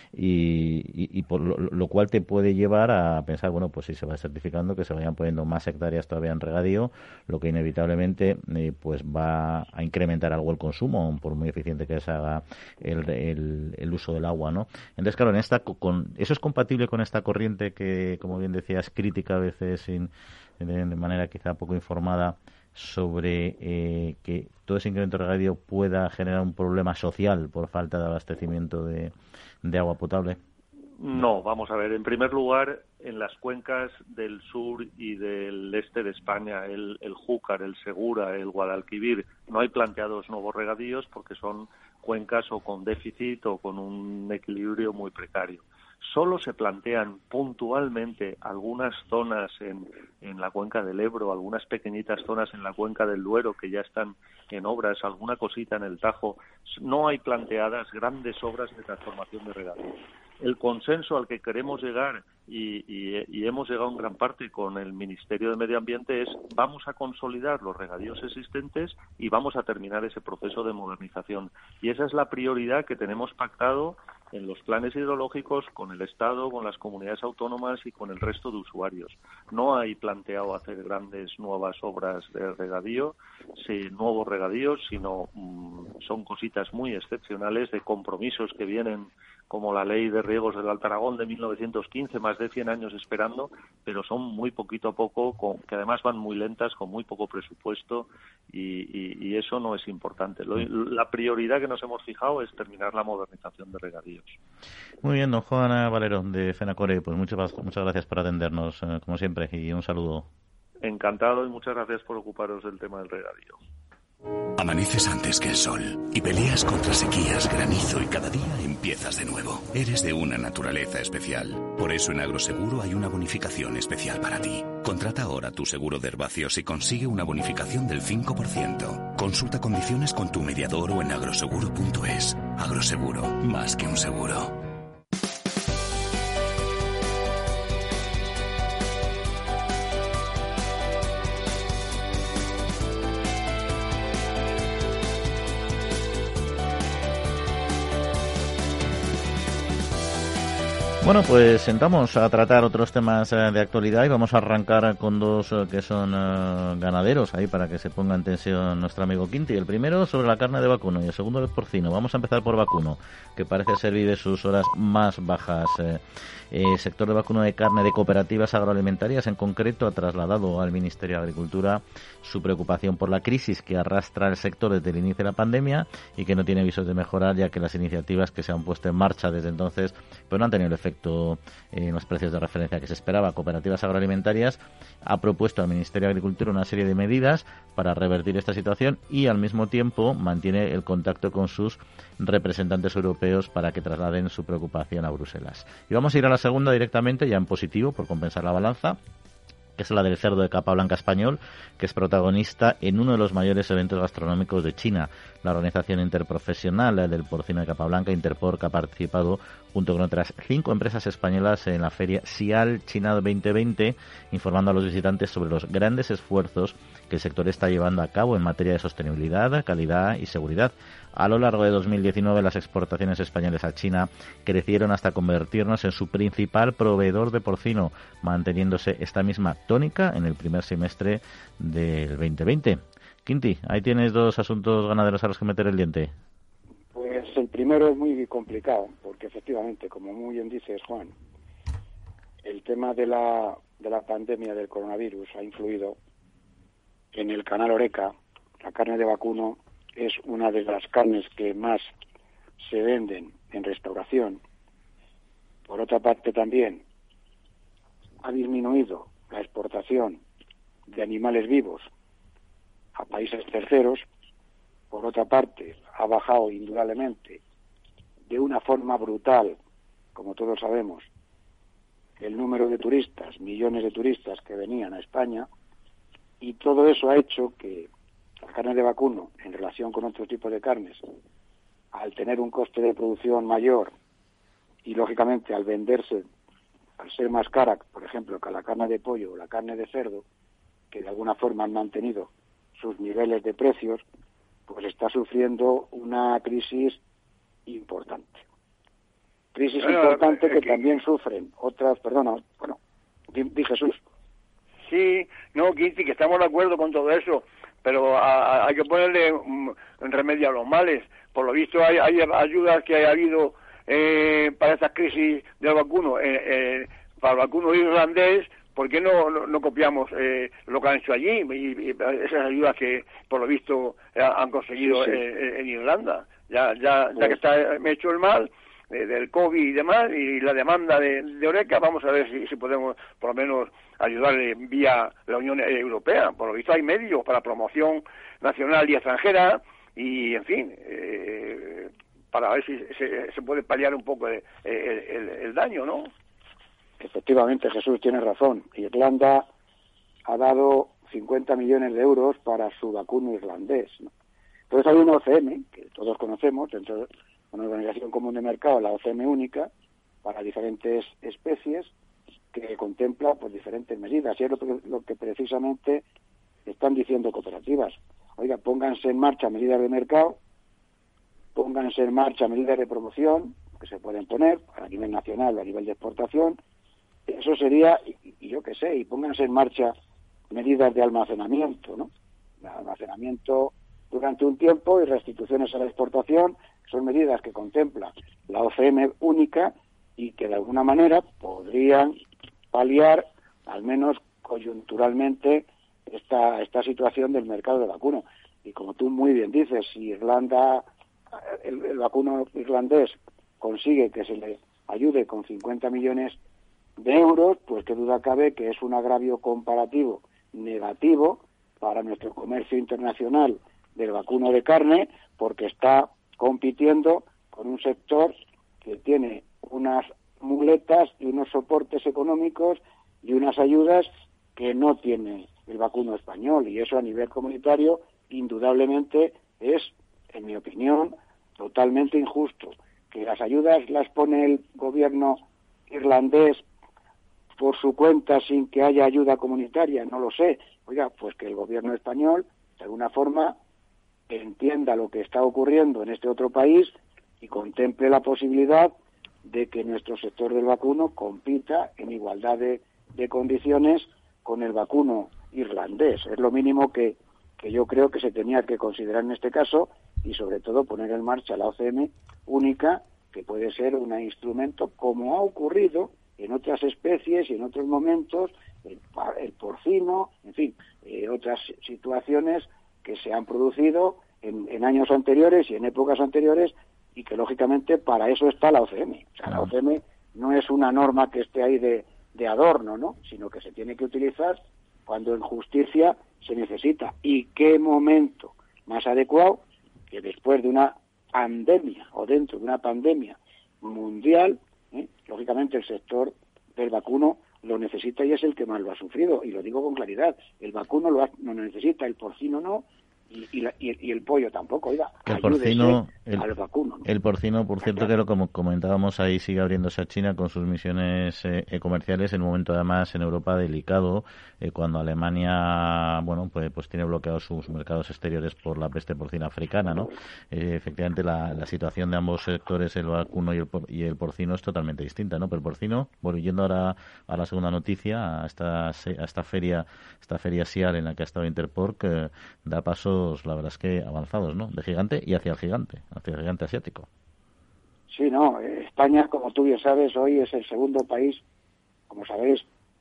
Y, y, y por lo, lo cual te puede llevar a pensar, bueno, pues si se va desertificando, que se vayan poniendo más hectáreas todavía en regadío, lo que inevitablemente eh, pues va a incrementar algo el consumo, por muy eficiente que se haga el, el, el uso del agua, ¿no? Entonces, claro, en esta con eso es compatible con esta corriente que, como bien decías, crítica a veces sin, de, de manera quizá poco informada, sobre eh, que todo ese incremento de regadío pueda generar un problema social por falta de abastecimiento de, de agua potable. No, vamos a ver. En primer lugar, en las cuencas del sur y del este de España, el, el Júcar, el Segura, el Guadalquivir, no hay planteados nuevos regadíos porque son cuencas o con déficit o con un equilibrio muy precario. Solo se plantean puntualmente algunas zonas en, en la cuenca del Ebro, algunas pequeñitas zonas en la cuenca del Duero que ya están en obras, alguna cosita en el Tajo. No hay planteadas grandes obras de transformación de regadío. El consenso al que queremos llegar, y, y, y hemos llegado en gran parte con el Ministerio de Medio Ambiente, es vamos a consolidar los regadíos existentes y vamos a terminar ese proceso de modernización. Y esa es la prioridad que tenemos pactado en los planes hidrológicos con el Estado, con las comunidades autónomas y con el resto de usuarios. No hay planteado hacer grandes nuevas obras de regadío, sí, nuevos regadíos, sino mmm, son cositas muy excepcionales de compromisos que vienen como la Ley de Riegos del Alto Aragón de mil novecientos quince, más de cien años esperando, pero son muy poquito a poco, con, que además van muy lentas, con muy poco presupuesto, y, y, y eso no es importante. Lo, la prioridad que nos hemos fijado es terminar la modernización de regadíos. Muy bien, don Juan Valero, de FENACORE, pues muchas, muchas gracias por atendernos, eh, como siempre, y un saludo. Encantado y muchas gracias por ocuparos del tema del regadío. Amaneces antes que el sol y peleas contra sequías, granizo y cada día empiezas de nuevo. Eres de una naturaleza especial. Por eso en Agroseguro hay una bonificación especial para ti. Contrata ahora tu seguro de herbáceos y consigue una bonificación del cinco por ciento. Consulta condiciones con tu mediador o en agroseguro punto es. Agroseguro, más que un seguro. Bueno, pues sentamos a tratar otros temas eh, de actualidad y vamos a arrancar con dos eh, que son eh, ganaderos, ahí para que se ponga en tensión nuestro amigo Quinti. El primero sobre la carne de vacuno y el segundo el porcino. Vamos a empezar por vacuno, que parece ser vive sus horas más bajas. Eh, el sector de vacuno de carne de cooperativas agroalimentarias en concreto ha trasladado al Ministerio de Agricultura su preocupación por la crisis que arrastra el sector desde el inicio de la pandemia y que no tiene visos de mejorar, ya que las iniciativas que se han puesto en marcha desde entonces pues no han tenido el efecto en los precios de referencia que se esperaba. Cooperativas Agroalimentarias ha propuesto al Ministerio de Agricultura una serie de medidas para revertir esta situación y al mismo tiempo mantiene el contacto con sus representantes europeos para que trasladen su preocupación a Bruselas. Y vamos a ir a la segunda directamente, ya en positivo, por compensar la balanza, que es la del cerdo de capa blanca español, que es protagonista en uno de los mayores eventos gastronómicos de China. La Organización Interprofesional del Porcino de Capa Blanca, Interporc, ha participado junto con otras cinco empresas españolas en la feria SIAL China veinte veinte, informando a los visitantes sobre los grandes esfuerzos que el sector está llevando a cabo en materia de sostenibilidad, calidad y seguridad. A lo largo de dos mil diecinueve, las exportaciones españolas a China crecieron hasta convertirnos en su principal proveedor de porcino, manteniéndose esta misma tónica en el primer semestre del veinte veinte. Quinti, ahí tienes dos asuntos ganaderos a los que meter el diente. Pues el primero es muy complicado, porque efectivamente, como muy bien dices, Juan, el tema de la, de la pandemia del coronavirus ha influido en el canal Horeca. La carne de vacuno es una de las carnes que más se venden en restauración. Por otra parte, también ha disminuido la exportación de animales vivos a países terceros. Por otra parte, ha bajado indudablemente de una forma brutal, como todos sabemos, el número de turistas, millones de turistas que venían a España, y todo eso ha hecho que la carne de vacuno, en relación con otros tipos de carnes, al tener un coste de producción mayor y, lógicamente, al venderse, al ser más cara, por ejemplo, que la carne de pollo o la carne de cerdo, que de alguna forma han mantenido sus niveles de precios, pues está sufriendo una crisis importante. Crisis bueno, importante que, que también sufren otras, perdona, bueno, di, di Jesús. Sí, no, Quinti, que estamos de acuerdo con todo eso, pero a, a, hay que ponerle un, un remedio a los males. Por lo visto hay, hay ayudas que ha habido eh, para esta crisis del vacuno, eh, eh, para el vacuno irlandés. ¿Por qué no, no, no copiamos eh, lo que han hecho allí y, y esas ayudas que, por lo visto, han conseguido sí, sí. En, en Irlanda? Ya ya, ya que está hecho el mal eh, del COVID y demás, y la demanda de, de Horeca, vamos a ver si, si podemos, por lo menos, ayudarle vía la Unión Europea. Por lo visto hay medios para promoción nacional y extranjera, y, en fin, eh, para ver si se, se puede paliar un poco el, el, el daño, ¿no? Efectivamente, Jesús tiene razón. Irlanda ha dado cincuenta millones de euros para su vacuno irlandés, ¿no? Entonces hay una O C M, que todos conocemos, dentro de una organización común de mercado, la O C M única, para diferentes especies, que contempla pues diferentes medidas. Y es lo que, lo que precisamente están diciendo cooperativas. Oiga, pónganse en marcha medidas de mercado, pónganse en marcha medidas de promoción, que se pueden poner a nivel nacional o a nivel de exportación. Eso sería, y, y yo qué sé, y pónganse en marcha medidas de almacenamiento, ¿no? De almacenamiento durante un tiempo y restituciones a la exportación, son medidas que contempla la O C M única y que de alguna manera podrían paliar, al menos coyunturalmente, esta, esta situación del mercado de vacuno. Y como tú muy bien dices, si Irlanda, el, el vacuno irlandés consigue que se le ayude con cincuenta millones de euros, pues qué duda cabe que es un agravio comparativo negativo para nuestro comercio internacional del vacuno de carne, porque está compitiendo con un sector que tiene unas muletas y unos soportes económicos y unas ayudas que no tiene el vacuno español, y eso a nivel comunitario indudablemente es, en mi opinión, totalmente injusto. Que las ayudas las pone el gobierno irlandés por su cuenta sin que haya ayuda comunitaria, no lo sé. Oiga, pues que el gobierno español, de alguna forma, entienda lo que está ocurriendo en este otro país y contemple la posibilidad de que nuestro sector del vacuno compita en igualdad de, de condiciones con el vacuno irlandés. Es lo mínimo que, que yo creo que se tenía que considerar en este caso, y sobre todo poner en marcha la O C M única, que puede ser un instrumento, como ha ocurrido en otras especies y en otros momentos, el, el porcino, en fin, eh, otras situaciones que se han producido en, en años anteriores y en épocas anteriores, y que lógicamente para eso está la O C M. O sea, la O C M no es una norma que esté ahí de, de adorno, ¿no?, sino que se tiene que utilizar cuando en justicia se necesita. ¿Y qué momento más adecuado que después de una pandemia o dentro de una pandemia mundial? ¿eh? Lógicamente el sector del vacuno lo necesita y es el que más lo ha sufrido, y lo digo con claridad. El vacuno lo, ha, no lo necesita, el porcino no, y, y, la, y, y el pollo tampoco. Oiga, el porcino, el, al vacuno, ¿no? El porcino, por cierto, que lo como comentábamos, ahí sigue abriéndose a China con sus misiones eh, comerciales, en un momento además en Europa delicado, eh, cuando Alemania, bueno, pues, pues tiene bloqueados sus mercados exteriores por la peste porcina africana, ¿no? Eh, efectivamente, la, la situación de ambos sectores, el vacuno y el, por, y el porcino, es totalmente distinta, ¿no? Pero el porcino, volviendo ahora a la segunda noticia, a esta, a esta feria, esta feria S I A L en la que ha estado Interporc, eh, da pasos, la verdad es que avanzados, ¿no?, de gigante y hacia el gigante, hacia el gigante asiático. Sí, no, España, como tú bien sabes, hoy es el segundo país, como sabéis,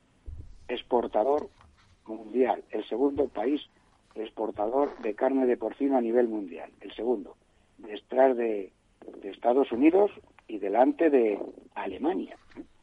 exportador mundial, el segundo país exportador de carne de porcino a nivel mundial, el segundo, detrás de, de Estados Unidos y delante de Alemania.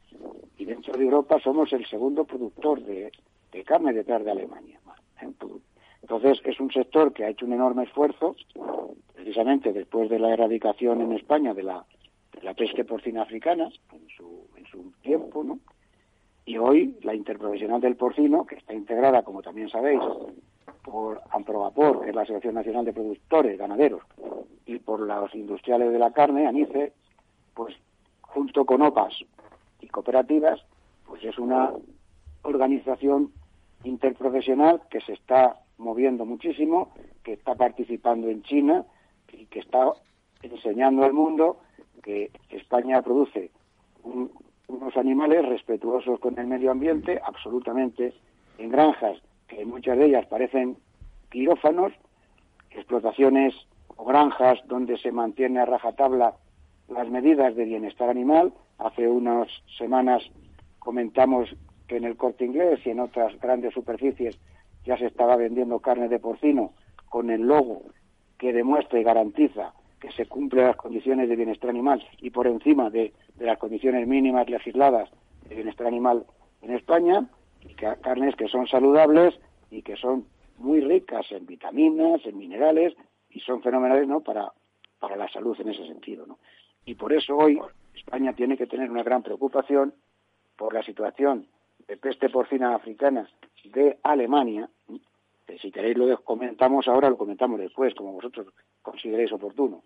Y dentro de Europa somos el segundo productor de, de carne detrás de Alemania. Entonces es un sector que ha hecho un enorme esfuerzo, precisamente después de la erradicación en España de la, de la peste porcina africana, en su, en su tiempo, ¿no? Y hoy la Interprofesional del Porcino, que está integrada, como también sabéis, por Amprovapor, que es la Asociación Nacional de Productores Ganaderos, y por los industriales de la carne, ANICE, pues junto con O P A S y cooperativas, pues es una organización interprofesional que se está moviendo muchísimo, que está participando en China y que está enseñando al mundo que España produce un, unos animales respetuosos con el medio ambiente, absolutamente en granjas, que muchas de ellas parecen quirófanos, explotaciones o granjas donde se mantiene a rajatabla las medidas de bienestar animal. Hace unas semanas comentamos que en el Corte Inglés y en otras grandes superficies ya se estaba vendiendo carne de porcino con el logo que demuestra y garantiza que se cumplen las condiciones de bienestar animal y por encima de, de las condiciones mínimas legisladas de bienestar animal en España, y que carnes que son saludables y que son muy ricas en vitaminas, en minerales, y son fenomenales, ¿no?, para, para la salud en ese sentido, ¿no? Y por eso hoy España tiene que tener una gran preocupación por la situación de peste porcina africana de Alemania. Si queréis lo comentamos ahora, lo comentamos después, como vosotros consideréis oportuno.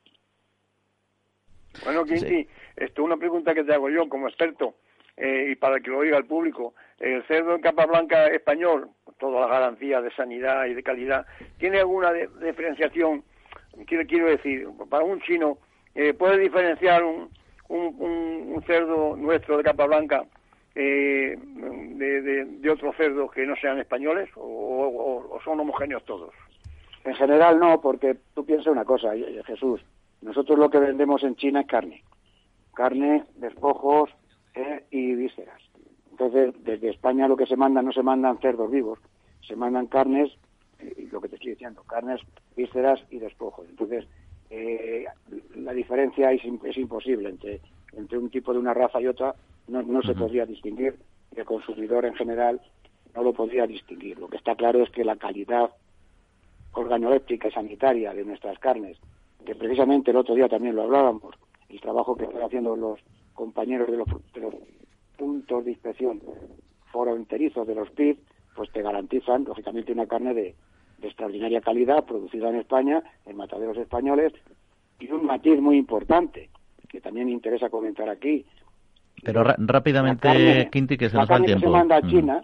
Bueno, Quinti, sí. Esto es una pregunta que te hago yo como experto, eh, y para que lo oiga el público. El cerdo en capa blanca español, con todas las garantías de sanidad y de calidad, ¿tiene alguna de, diferenciación? Quiero, quiero decir, para un chino, eh, ¿puede diferenciar un, un, un, un cerdo nuestro de capa blanca Eh, de, de, de otros cerdos que no sean españoles, o, o, o son homogéneos todos? En general no, porque tú piensas una cosa, Jesús, nosotros lo que vendemos en China es carne, carne, despojos eh, y vísceras. Entonces, desde España lo que se manda, no se mandan cerdos vivos, se mandan carnes, eh, lo que te estoy diciendo, carnes, vísceras y despojos. Entonces, eh, la diferencia es, es imposible entre, entre un tipo de una raza y otra. No, no se podría distinguir, el consumidor en general no lo podría distinguir. Lo que está claro es que la calidad organoléptica y sanitaria de nuestras carnes, que precisamente el otro día también lo hablábamos, el trabajo que están haciendo los compañeros de los, de los puntos de inspección fronterizos de los P I B, pues te garantizan, lógicamente, una carne de, de extraordinaria calidad, producida en España, en mataderos españoles, y un matiz muy importante, que también interesa comentar aquí. Pero ra- rápidamente, carne, Quinti, que se nos va el tiempo. La carne que se manda a China,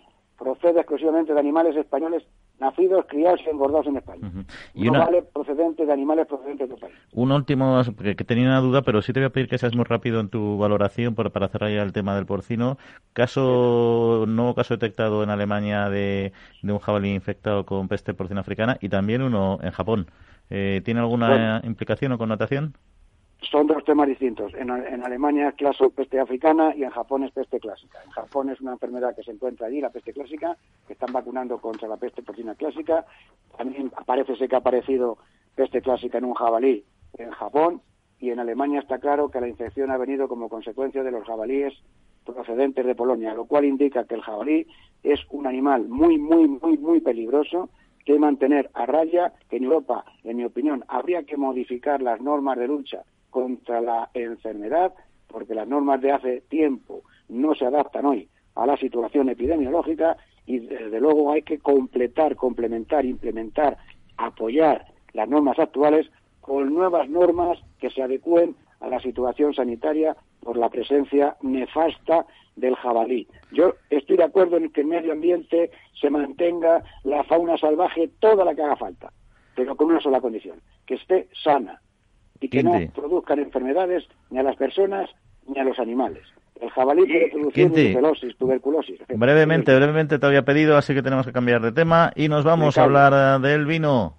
procede exclusivamente de animales españoles nacidos, criados y engordados en España. Uh-huh. Y no una... vale procedente de animales procedentes de otro país. Un último, que, que tenía una duda, pero sí te voy a pedir que seas muy rápido en tu valoración para, para cerrar ya el tema del porcino. Caso, nuevo caso detectado en Alemania de, de un jabalí infectado con peste porcina africana y también uno en Japón. Eh, ¿Tiene alguna bueno, implicación o connotación? Son dos temas distintos. En, en Alemania es clase peste africana y en Japón es peste clásica. En Japón es una enfermedad que se encuentra allí, la peste clásica, que están vacunando contra la peste porcina clásica. También parece ser que ha aparecido peste clásica en un jabalí en Japón, y en Alemania está claro que la infección ha venido como consecuencia de los jabalíes procedentes de Polonia, lo cual indica que el jabalí es un animal muy, muy, muy, muy peligroso que hay que mantener a raya, que en Europa, en mi opinión, habría que modificar las normas de lucha contra la enfermedad, porque las normas de hace tiempo no se adaptan hoy a la situación epidemiológica, y desde luego hay que completar, complementar, implementar, apoyar las normas actuales con nuevas normas que se adecúen a la situación sanitaria por la presencia nefasta del jabalí. Yo estoy de acuerdo en que en medio ambiente se mantenga la fauna salvaje toda la que haga falta, pero con una sola condición, que esté sana y que no produzcan enfermedades ni a las personas ni a los animales. El jabalí puede producir brucelosis, tuberculosis. Brevemente, brevemente te había pedido, así que tenemos que cambiar de tema y nos vamos a hablar del vino.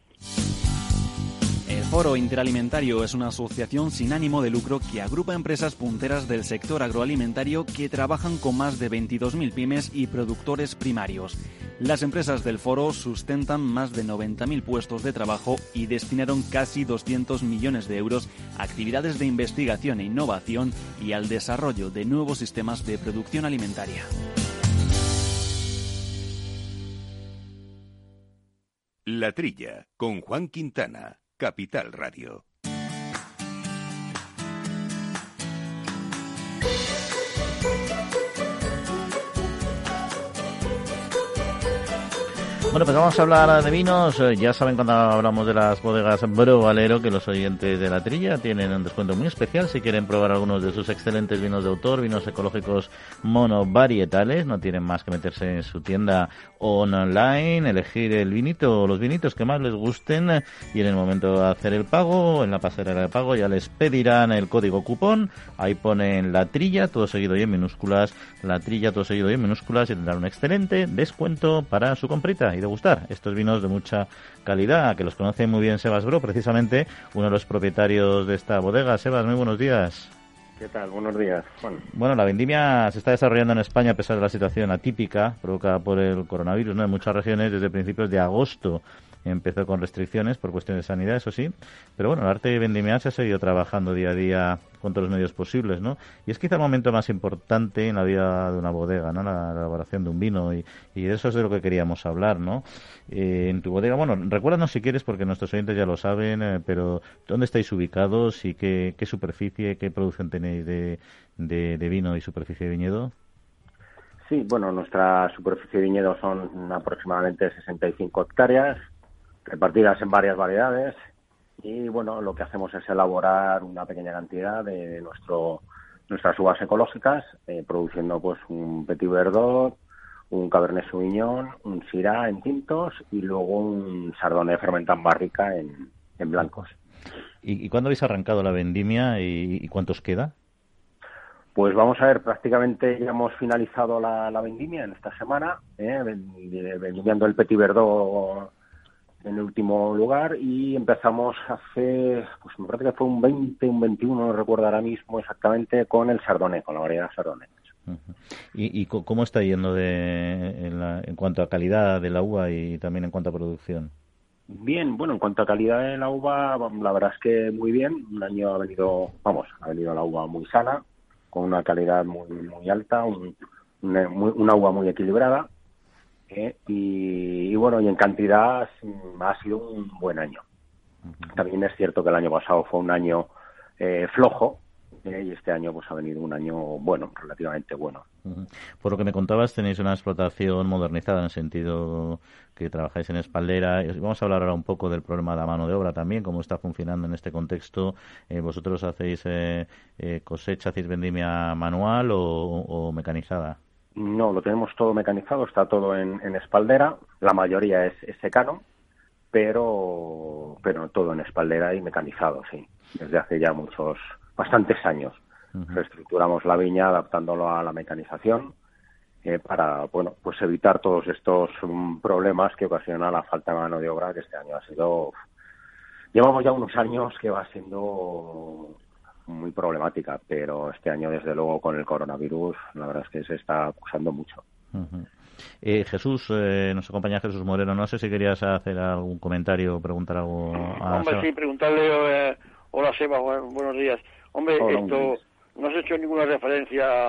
El Foro Interalimentario es una asociación sin ánimo de lucro que agrupa empresas punteras del sector agroalimentario que trabajan con más de veintidós mil pymes y productores primarios. Las empresas del foro sustentan más de noventa mil puestos de trabajo y destinaron casi doscientos millones de euros a actividades de investigación e innovación y al desarrollo de nuevos sistemas de producción alimentaria. La Trilla, con Juan Quintana, Capital Radio. Bueno, pues vamos a hablar de vinos. Ya saben, cuando hablamos de las bodegas Bro Valero, que los oyentes de La Trilla tienen un descuento muy especial si quieren probar algunos de sus excelentes vinos de autor, vinos ecológicos monovarietales. No tienen más que meterse en su tienda online, elegir el vinito o los vinitos que más les gusten, y en el momento de hacer el pago, en la pasarela de pago, ya les pedirán el código cupón. Ahí ponen La Trilla, todo seguido y en minúsculas, La Trilla, todo seguido y en minúsculas, y tendrán un excelente descuento para su comprita y degustar estos vinos de mucha calidad, que los conoce muy bien Sebas Bro, precisamente uno de los propietarios de esta bodega. Sebas, muy buenos días. ¿Qué tal? Buenos días, Juan. Bueno, la vendimia se está desarrollando en España a pesar de la situación atípica provocada por el coronavirus, ¿no? En muchas regiones desde principios de agosto empezó con restricciones por cuestiones de sanidad, eso sí, pero bueno, el arte de vendimiar se ha seguido trabajando día a día con todos los medios posibles, ¿no? Y es quizá el momento más importante en la vida de una bodega, ¿no? La, la elaboración de un vino, y, y de eso es de lo que queríamos hablar, ¿no? Eh, en tu bodega, bueno, recuérdanos si quieres, porque nuestros oyentes ya lo saben, eh, pero ¿dónde estáis ubicados y qué, qué superficie, qué producción tenéis de, de, de vino y superficie de viñedo? Sí, bueno, nuestra superficie de viñedo son aproximadamente sesenta y cinco hectáreas, repartidas en varias variedades, y bueno, lo que hacemos es elaborar una pequeña cantidad de nuestro nuestras uvas ecológicas, eh, produciendo pues un Petit Verdot, un Cabernet Sauvignon, un Syrah en tintos y luego un Chardonnay fermentado en barrica en, en blancos. ¿Y, y cuándo habéis arrancado la vendimia y, y cuántos queda? Pues vamos a ver, prácticamente ya hemos finalizado la, la vendimia en esta semana, eh, vendimiando el Petit Verdot en el último lugar, y empezamos hace, pues me parece que fue un veinte, un veintiuno, no recuerdo ahora mismo exactamente, con el Chardonnay, con la variedad Chardonnay. Uh-huh. ¿Y, y cómo está yendo de, en, la, en cuanto a calidad de la uva y también en cuanto a producción? Bien, bueno, en cuanto a calidad de la uva, la verdad es que muy bien. Un año ha venido, vamos, ha venido la uva muy sana, con una calidad muy muy alta, un, una, muy, una uva muy equilibrada. Eh, y, y bueno, y en cantidad ha sido un buen año. Uh-huh. También es cierto que el año pasado fue un año eh, flojo, eh, y este año pues ha venido un año bueno, relativamente bueno. Uh-huh. Por lo que me contabas, tenéis una explotación modernizada en el sentido que trabajáis en espaldera. Vamos a hablar ahora un poco del problema de la mano de obra también, cómo está funcionando en este contexto. Eh, ¿Vosotros hacéis eh, eh, cosecha, hacéis vendimia manual o, o mecanizada? No, lo tenemos todo mecanizado, está todo en, en espaldera, la mayoría es, es secano, pero pero todo en espaldera y mecanizado, sí, desde hace ya muchos, bastantes años. Uh-huh. Reestructuramos la viña adaptándolo a la mecanización eh, para, bueno, pues evitar todos estos um, problemas que ocasiona la falta de mano de obra, que este año ha sido... Llevamos ya unos años que va siendo muy problemática, pero este año, desde luego, con el coronavirus, la verdad es que se está acusando mucho. Uh-huh. Eh, Jesús, eh, nos acompaña Jesús Moreno. No sé si querías hacer algún comentario o preguntar algo a Hombre, Seba. sí, preguntarle... Eh, hola, Seba, buenos días. Hombre, Hola, esto no has hecho ninguna referencia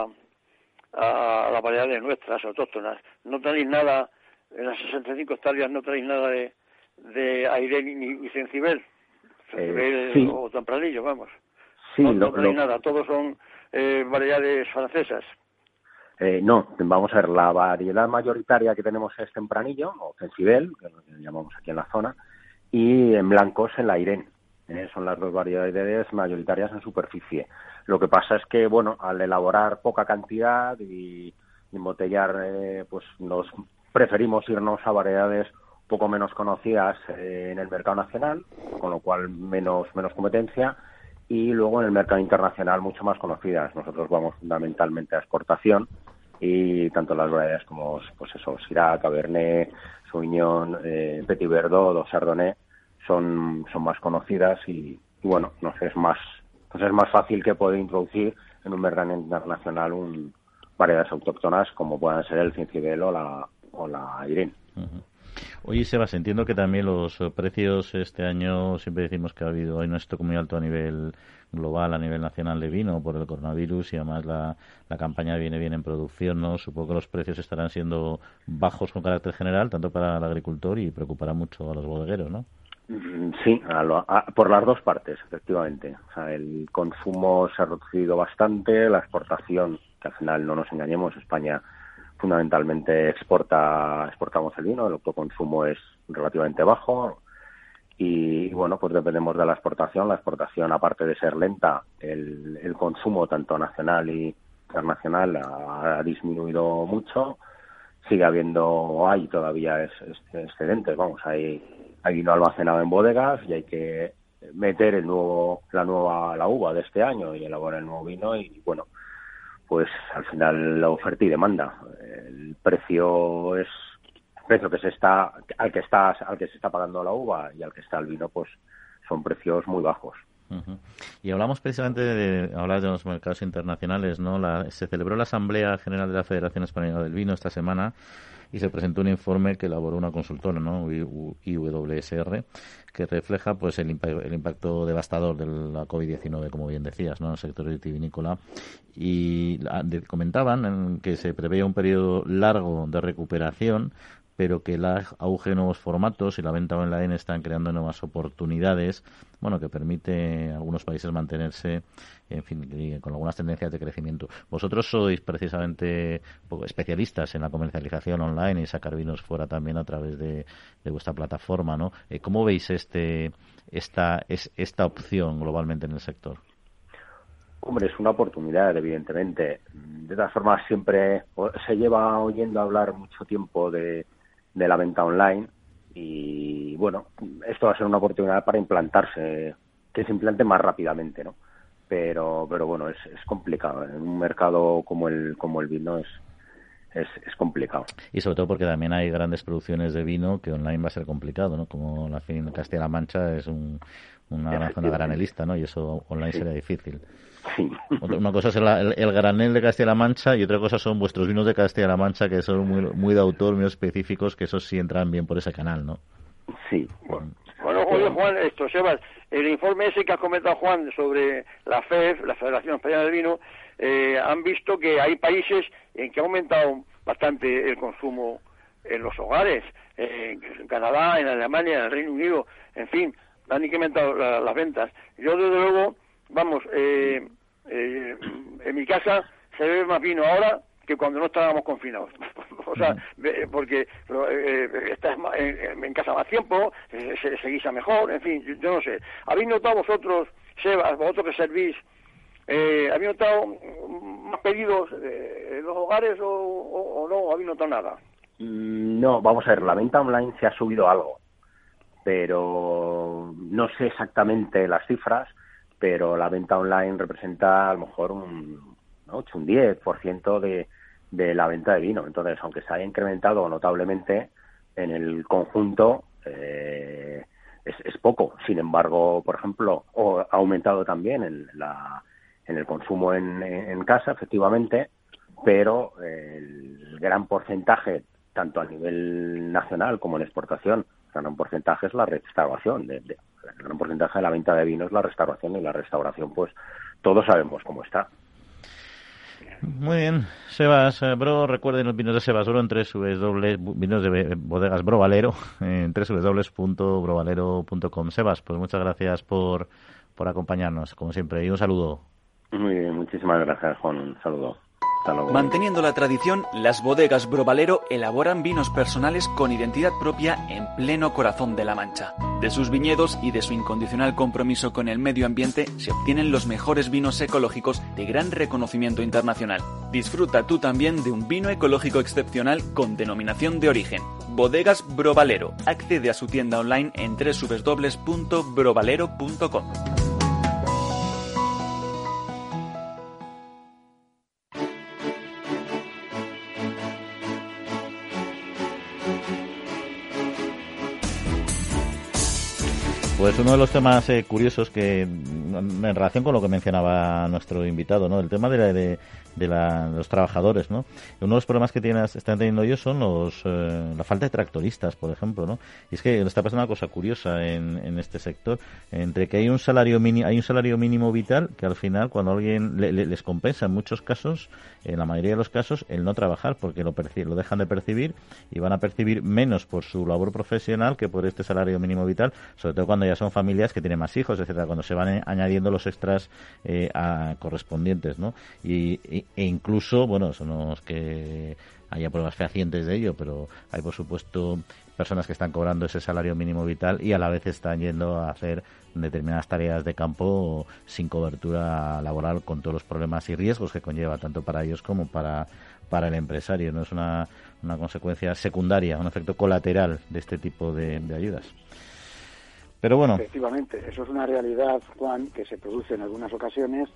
a las variedades nuestras, autóctonas. No tenéis nada, en las sesenta y cinco hectáreas no tenéis nada de, de aire ni, ni cencibel, cencibel eh, sí. o tempranillo, vamos. Sí, no, lo, no tenéis lo... nada, todos son eh, variedades francesas. Eh, no, vamos a ver, la variedad mayoritaria que tenemos es tempranillo, o cencibel, que lo llamamos aquí en la zona, y en blancos el Airén. Eh, son las dos variedades mayoritarias en superficie. Lo que pasa es que, bueno, al elaborar poca cantidad y, y embotellar, eh, pues nos preferimos irnos a variedades poco menos conocidas eh, en el mercado nacional, con lo cual menos menos competencia, y luego en el mercado internacional mucho más conocidas. Nosotros vamos fundamentalmente a exportación, y tanto las variedades como, pues eso, Syrah, Cabernet, Sauvignon, eh, Petit Verdot o Chardonnay son son más conocidas y, y bueno, nos es más nos es más fácil que poder introducir en un mercado internacional un variedades autóctonas como puedan ser el cencibel o la o la Airén. Uh-huh. Oye, Sebas, entiendo que también los precios este año, siempre decimos que ha habido, hay un stock muy alto a nivel global, a nivel nacional de vino por el coronavirus, y además la, la campaña viene bien en producción, ¿no? Supongo que los precios estarán siendo bajos con carácter general, tanto para el agricultor, y preocupará mucho a los bodegueros, ¿no? Sí, a lo, a, por las dos partes, efectivamente. O sea, el consumo se ha reducido bastante, la exportación, que al final, no nos engañemos, España fundamentalmente exporta exportamos el vino, el autoconsumo es relativamente bajo y, bueno, pues dependemos de la exportación. La exportación, aparte de ser lenta, el, el consumo tanto nacional y internacional ha, ha disminuido mucho. Sigue habiendo, hay todavía es, es, excedentes, vamos, hay, hay vino almacenado en bodegas y hay que meter el nuevo la nueva la uva de este año y elaborar el nuevo vino y, bueno, pues al final la oferta y demanda. El precio es el precio que se está al que está al que se está pagando la uva y al que está el vino, pues son precios muy bajos. Uh-huh. Y hablamos precisamente de hablar de los mercados internacionales, ¿no? La, se celebró la Asamblea General de la Federación Española del Vino esta semana y se presentó un informe que elaboró una consultora, ¿no? I W S R, que refleja, pues, el impacto, el impacto devastador de la COVID diecinueve, como bien decías, ¿no? En el sector vitivinícola, y de, comentaban en que se prevé un periodo largo de recuperación, pero que el auge de nuevos formatos y la venta online están creando nuevas oportunidades, bueno, que permite a algunos países mantenerse, en fin, con algunas tendencias de crecimiento. Vosotros sois precisamente especialistas en la comercialización online y sacar vinos fuera también a través de, de vuestra plataforma, ¿no? ¿Cómo veis este esta es, esta opción globalmente en el sector? Hombre, es una oportunidad, evidentemente. De todas formas, siempre se lleva oyendo hablar mucho tiempo de de la venta online y, bueno, esto va a ser una oportunidad para implantarse, que se implante más rápidamente, ¿no? Pero pero bueno, es, es complicado. En un mercado como el como el vino es, es es complicado. Y sobre todo porque también hay grandes producciones de vino que online va a ser complicado, ¿no? Como la fin Castilla-La Mancha es un, una zona granelista, ¿no? Y eso online sí. Sería difícil. Sí. Una cosa es el, el, el granel de Castilla-La Mancha y otra cosa son vuestros vinos de Castilla-La Mancha, que son muy, muy de autor, muy específicos, que esos sí entran bien por ese canal, ¿no? Sí. Bueno, bueno oye, Juan, esto, Sebas, el informe ese que has comentado, Juan, sobre la F E V, la Federación Española del Vino, eh, han visto que hay países en que ha aumentado bastante el consumo en los hogares, eh, en Canadá, en Alemania, en el Reino Unido, en fin, han incrementado la, las ventas. Yo, desde luego, vamos, eh, eh, en mi casa se bebe más vino ahora que cuando no estábamos confinados. O sea, porque eh, estás en, en casa más tiempo, eh, se, se guisa mejor, en fin, yo, yo no sé. ¿Habéis notado vosotros, Sebas, vosotros que servís, eh, habéis notado más pedidos eh, en los hogares o, o, o no? ¿Habéis notado nada? No, vamos a ver, la venta online se ha subido algo, pero no sé exactamente las cifras, pero la venta online representa a lo mejor un ocho, un diez por ciento de, de la venta de vino. Entonces, aunque se haya incrementado notablemente en el conjunto, eh, es, es poco. Sin embargo, por ejemplo, o ha aumentado también en, la, en el consumo en, en casa, efectivamente, pero el gran porcentaje, tanto a nivel nacional como en exportación, el gran porcentaje es la restauración. De, de, el gran porcentaje de la venta de vino es la restauración, y la restauración, pues, todos sabemos cómo está. Muy bien, Sebas Bro, recuerden los vinos de Sebas Bro en tres w vinos de bodegas Bro Valero en doble u doble u doble u punto bro valero punto com. Sebas, pues muchas gracias por, por acompañarnos, como siempre, y un saludo. Muy bien, muchísimas gracias, Juan, un saludo. Manteniendo la tradición, las bodegas Bro Valero elaboran vinos personales con identidad propia en pleno corazón de La Mancha. De sus viñedos y de su incondicional compromiso con el medio ambiente se obtienen los mejores vinos ecológicos de gran reconocimiento internacional. Disfruta tú también de un vino ecológico excepcional con denominación de origen. Bodegas Bro Valero. Accede a su tienda online en doble u doble u doble u punto bro valero punto com. Pues uno de los temas eh, curiosos que, en relación con lo que mencionaba nuestro invitado, ¿no? El tema de, la, de, de, la, de los trabajadores, ¿no? Uno de los problemas que tienen, están teniendo ellos son los eh, la falta de tractoristas, por ejemplo, ¿no? Y es que está pasando una cosa curiosa en, en este sector, entre que hay un salario mínimo, hay un salario mínimo vital que al final, cuando alguien le, le, les compensa en muchos casos, en la mayoría de los casos, el no trabajar, porque lo, perci- lo dejan de percibir y van a percibir menos por su labor profesional que por este salario mínimo vital, sobre todo cuando ya son familias que tienen más hijos, etcétera, cuando se van añadiendo los extras eh, a, correspondientes, ¿no? Y, e, e incluso, bueno, eso no es que haya pruebas fehacientes de ello, pero hay, por supuesto, personas que están cobrando ese salario mínimo vital y a la vez están yendo a hacer determinadas tareas de campo sin cobertura laboral, con todos los problemas y riesgos que conlleva, tanto para ellos como para, para el empresario, ¿no? Es una, una consecuencia secundaria, un efecto colateral de este tipo de, de ayudas. Pero bueno. Efectivamente, eso es una realidad, Juan, que se produce en algunas ocasiones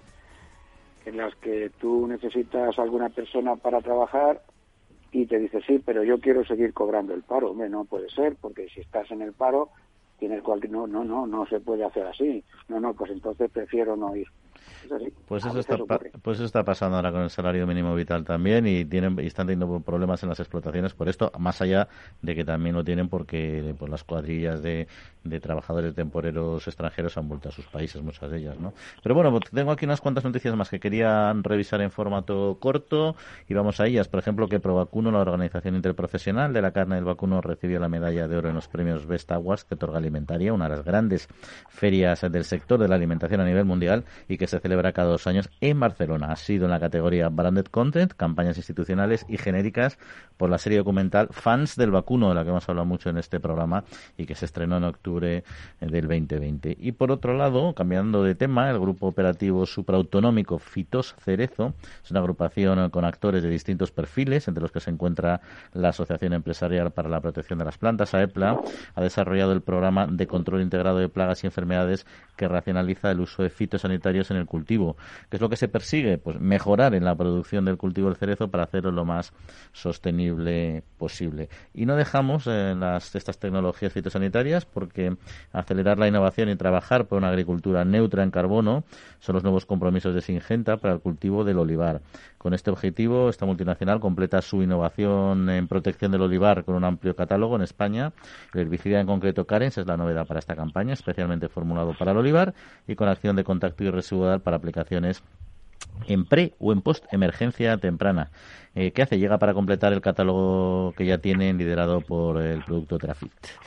en las que tú necesitas a alguna persona para trabajar y te dice, sí, pero yo quiero seguir cobrando el paro. Hombre, no puede ser, porque si estás en el paro, tienes cualquier... No, no, no, no se puede hacer así. No, no, pues entonces prefiero no ir. Es así. Pues eso, está, pues eso está pasando ahora con el salario mínimo vital también, y tienen y están teniendo problemas en las explotaciones por esto, más allá de que también lo tienen porque pues, las cuadrillas de, de trabajadores temporeros extranjeros han vuelto a sus países, muchas de ellas, ¿no? Pero bueno, pues tengo aquí unas cuantas noticias más que quería revisar en formato corto y vamos a ellas. Por ejemplo, que Provacuno, la organización interprofesional de la carne del vacuno, recibió la medalla de oro en los premios Best Awards que otorga Alimentaria, una de las grandes ferias del sector de la alimentación a nivel mundial y que se celebra cada dos años en Barcelona. Ha sido en la categoría Branded Content, campañas institucionales y genéricas, por la serie documental Fans del Vacuno, de la que hemos hablado mucho en este programa y que se estrenó en octubre del veinte veinte. Y por otro lado, cambiando de tema, el grupo operativo supraautonómico Fitos Cerezo es una agrupación con actores de distintos perfiles, entre los que se encuentra la Asociación Empresarial para la Protección de las Plantas, AEPLA, ha desarrollado el programa de control integrado de plagas y enfermedades que racionaliza el uso de fitosanitarios en el cultivo. ¿Qué es lo que se persigue? Pues mejorar en la producción del cultivo del cerezo para hacerlo lo más sostenible posible. Y no dejamos eh, las, estas tecnologías fitosanitarias, porque acelerar la innovación y trabajar por una agricultura neutra en carbono son los nuevos compromisos de Syngenta para el cultivo del olivar. Con este objetivo, esta multinacional completa su innovación en protección del olivar con un amplio catálogo en España. El herbicida en concreto Carens es la novedad para esta campaña, especialmente formulado para el olivar y con acción de contacto y residual para aplicaciones en pre o en post emergencia temprana. Eh, ¿Qué hace? Llega para completar el catálogo que ya tienen, liderado por el producto Trafit.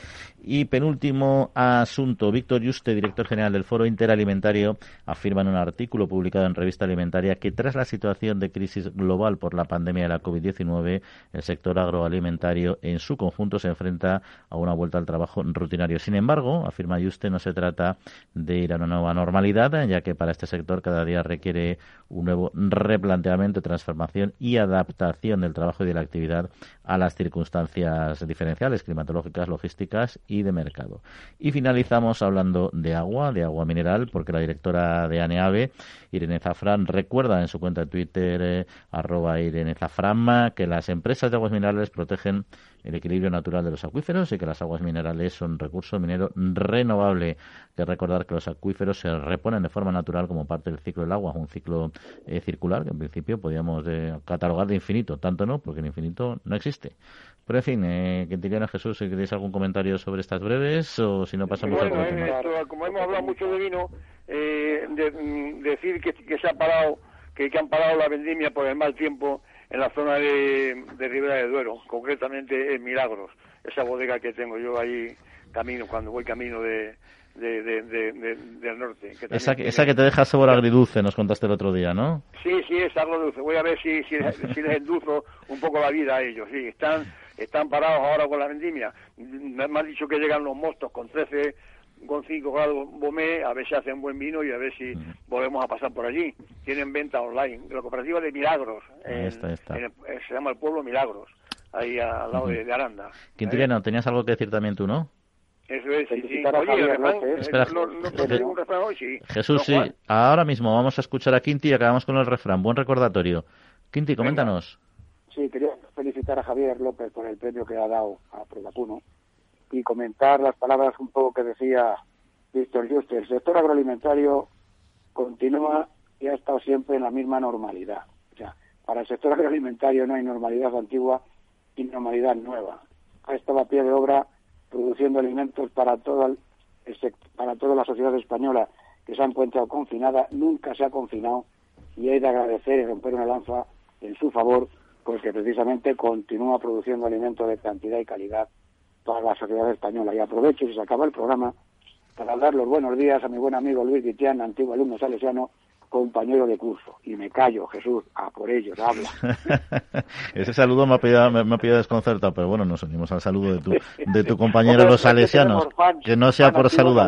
Y penúltimo asunto, Víctor Yuste, director general del Foro Interalimentario, afirma en un artículo publicado en Revista Alimentaria que tras la situación de crisis global por la pandemia de la covid diecinueve, el sector agroalimentario en su conjunto se enfrenta a una vuelta al trabajo rutinario. Sin embargo, afirma Yuste, no se trata de ir a una nueva normalidad, ya que para este sector cada día requiere un nuevo replanteamiento, transformación y adaptación del trabajo y de la actividad a las circunstancias diferenciales, climatológicas, logísticas y de mercado. Y finalizamos hablando de agua, de agua mineral, porque la directora de ANEAVE, Irene Zafrán, recuerda en su cuenta de Twitter, eh, arroba Irene Zafrán, que las empresas de aguas minerales protegen el equilibrio natural de los acuíferos y que las aguas minerales son recurso minero renovable. Hay que recordar que los acuíferos se reponen de forma natural como parte del ciclo del agua, un ciclo eh, circular que en principio podríamos eh, catalogar de infinito, tanto no, porque el infinito no existe. Pero en fin, eh, Quintiliano, Jesús, si queréis algún comentario sobre estas breves o si no pasamos bueno, a otro tema. Esto, como hemos hablado mucho de vino, eh, de, de decir que, que se ha parado, que, que han parado la vendimia por el mal tiempo en la zona de, de Ribera de Duero, concretamente en Milagros, esa bodega que tengo yo ahí camino, cuando voy camino de, de, de, de, de del norte. Que esa, tiene... esa que te deja sabor agridulce, nos contaste el otro día, ¿no? Sí, sí, es agridulce. Voy a ver si, si, si les endulzo un poco la vida a ellos. Sí, están están parados ahora con la vendimia. Me han dicho que llegan los mostos con trece con cinco grados Bomé, a ver si hacen buen vino y a ver si mm. volvemos a pasar por allí. Tienen venta online. La cooperativa de Milagros, en, está, está. En el, se llama el pueblo Milagros, ahí al lado uh-huh. de, de Aranda. Quintiliano, ¿eh? ¿Tenías algo que decir también tú, no? Eso es, sí, sí. Oye, Oye, el refrán, espera, no, no, no tengo un refrán hoy, sí. Jesús, no, sí. Ahora mismo vamos a escuchar a Quinti y acabamos con el refrán. Buen recordatorio. Quinti, coméntanos. Sí, quería felicitar a Javier López por el premio que ha dado a Provacuno y comentar las palabras un poco que decía Víctor Yuste. El sector agroalimentario continúa y ha estado siempre en la misma normalidad. O sea, para el sector agroalimentario no hay normalidad antigua y normalidad nueva. Ha estado a pie de obra produciendo alimentos para todo el, el sector, para toda la sociedad española que se ha encontrado confinada. Nunca se ha confinado y hay de agradecer y romper una lanza en su favor, pues que precisamente continúa produciendo alimentos de cantidad y calidad para la sociedad española. Y aprovecho, si se acaba el programa, para dar los buenos días a mi buen amigo Luis Guitián, antiguo alumno salesiano, compañero de curso. Y me callo, Jesús, a por ellos, habla. Ese saludo me ha pillado, me, me ha pillado desconcertado, pero bueno, nos unimos al saludo de tu, de tu compañero los salesianos, que no sea por saludar.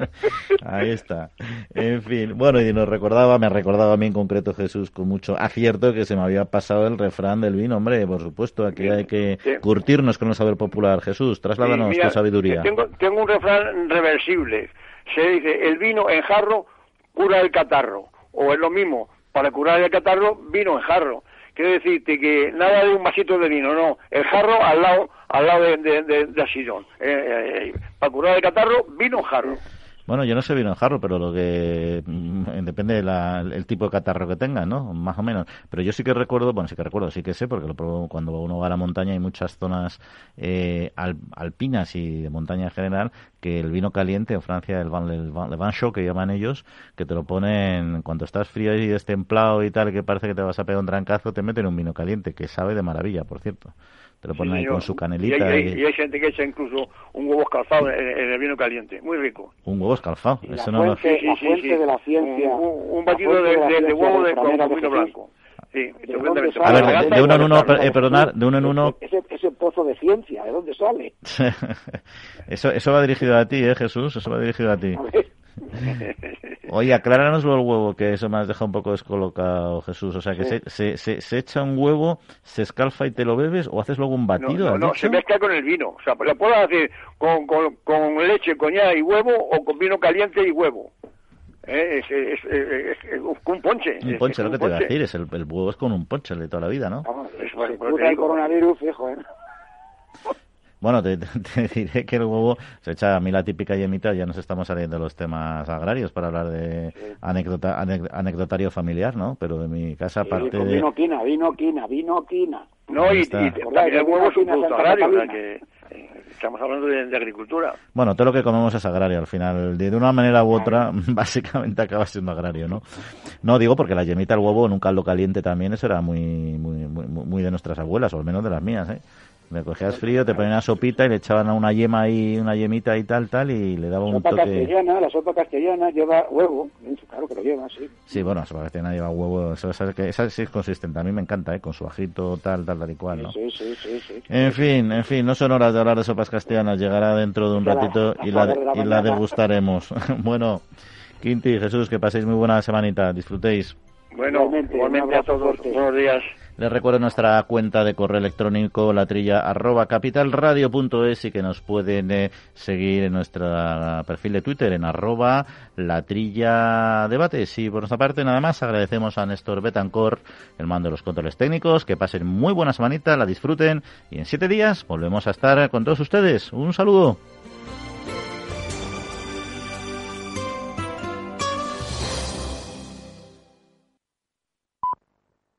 Ahí está. En fin, bueno, y nos recordaba, me recordaba a mí en concreto Jesús con mucho acierto que se me había pasado el refrán del vino, hombre, por supuesto, aquí hay que sí. curtirnos con el saber popular. Jesús, trasládanos sí, mira, tu sabiduría. Tengo, tengo un refrán reversible. Se dice, el vino en jarro cura el catarro. O es lo mismo, para curar el catarro, vino en jarro. Quiero decirte que nada de un vasito de vino, no. El jarro al lado al lado de, de, de, de sillón. Eh, eh, para curar el catarro, vino en jarro. Bueno, yo no sé vino en jarro, pero lo que mm, depende del tipo de catarro que tenga, ¿no? Más o menos. Pero yo sí que recuerdo, bueno, sí que recuerdo, sí que sé, porque lo pruebo cuando uno va a la montaña, hay muchas zonas eh, al, alpinas y de montaña en general, que el vino caliente en Francia, el Vin, el Vin, el Vin Chaud, que llaman ellos, que te lo ponen cuando estás frío y destemplado y tal, que parece que te vas a pegar un trancazo, te meten un vino caliente, que sabe de maravilla, por cierto. Te lo ponen sí, ahí con su canelita. Y hay, y... y hay gente que echa incluso un huevo escalfado en, en el vino caliente, muy rico. Un huevo escalfado, y eso la no fuente, sí, la sí, fuente sí. de la ciencia. Un, un, un batido de, de, de, de huevo de, con, con vino blanco. Sí, a ver, de, de uno en uno, eh, perdonar, de uno en uno... Ese, ese pozo de ciencia, ¿de dónde sale? eso, eso va dirigido a ti, ¿eh, Jesús? Eso va dirigido a ti. Oye, acláranoslo el huevo, que eso me has dejado un poco descolocado, Jesús. O sea, que sí. se, se, se, se echa un huevo, se escalfa y te lo bebes, o haces luego un batido. No, no, no se mezcla con el vino. O sea, lo puedes hacer con, con, con leche, coñac y huevo, o con vino caliente y huevo. Eh, es, es, es, es, es un ponche. Un ponche, es, es lo que te iba a decir, es el, el huevo es con un ponche de toda la vida, ¿no? Vamos, es, se cura el coronavirus, fijo, ¿eh? Bueno, te, te diré que el huevo se echa a mí la típica yemita, ya nos estamos saliendo de los temas agrarios para hablar de sí. anécdota, anecdotario familiar, ¿no? Pero en mi casa, aparte sí, con de... vino quina, vino quina, vino quina. No, y, y también el huevo es un producto agrario, o sea que eh, estamos hablando de, de agricultura. Bueno, todo lo que comemos es agrario al final, de, de una manera u otra, básicamente acaba siendo agrario, ¿no? No, digo porque la yemita al huevo en un caldo caliente también, eso era muy, muy, muy, muy de nuestras abuelas, o al menos de las mías, ¿eh? Le cogías frío, te ponían una sopita y le echaban a una yema y una yemita y tal, tal, y le daba la un sopa toque... castellana, la sopa castellana lleva huevo, claro que lo lleva, sí. Sí, bueno, la sopa castellana lleva huevo, eso, esa, esa sí es consistente, a mí me encanta, ¿eh? Con su ajito, tal, tal, tal y cual, ¿no? Sí, sí, sí, sí. En fin, en fin, no son horas de hablar de sopas castellanas, llegará dentro de un ratito y la, y la degustaremos. Bueno, Quinti, Jesús, que paséis muy buena semanita, disfrutéis. Bueno, igualmente, igualmente a todos, buenos días. Les recuerdo nuestra cuenta de correo electrónico, latrilla arroba capitalradio punto es, y que nos pueden eh, seguir en nuestro perfil de Twitter en arroba latrilla debates. Y por nuestra parte nada más, agradecemos a Néstor Betancor el mando de los controles técnicos, que pasen muy buena semanita, la disfruten y en siete días volvemos a estar con todos ustedes. Un saludo.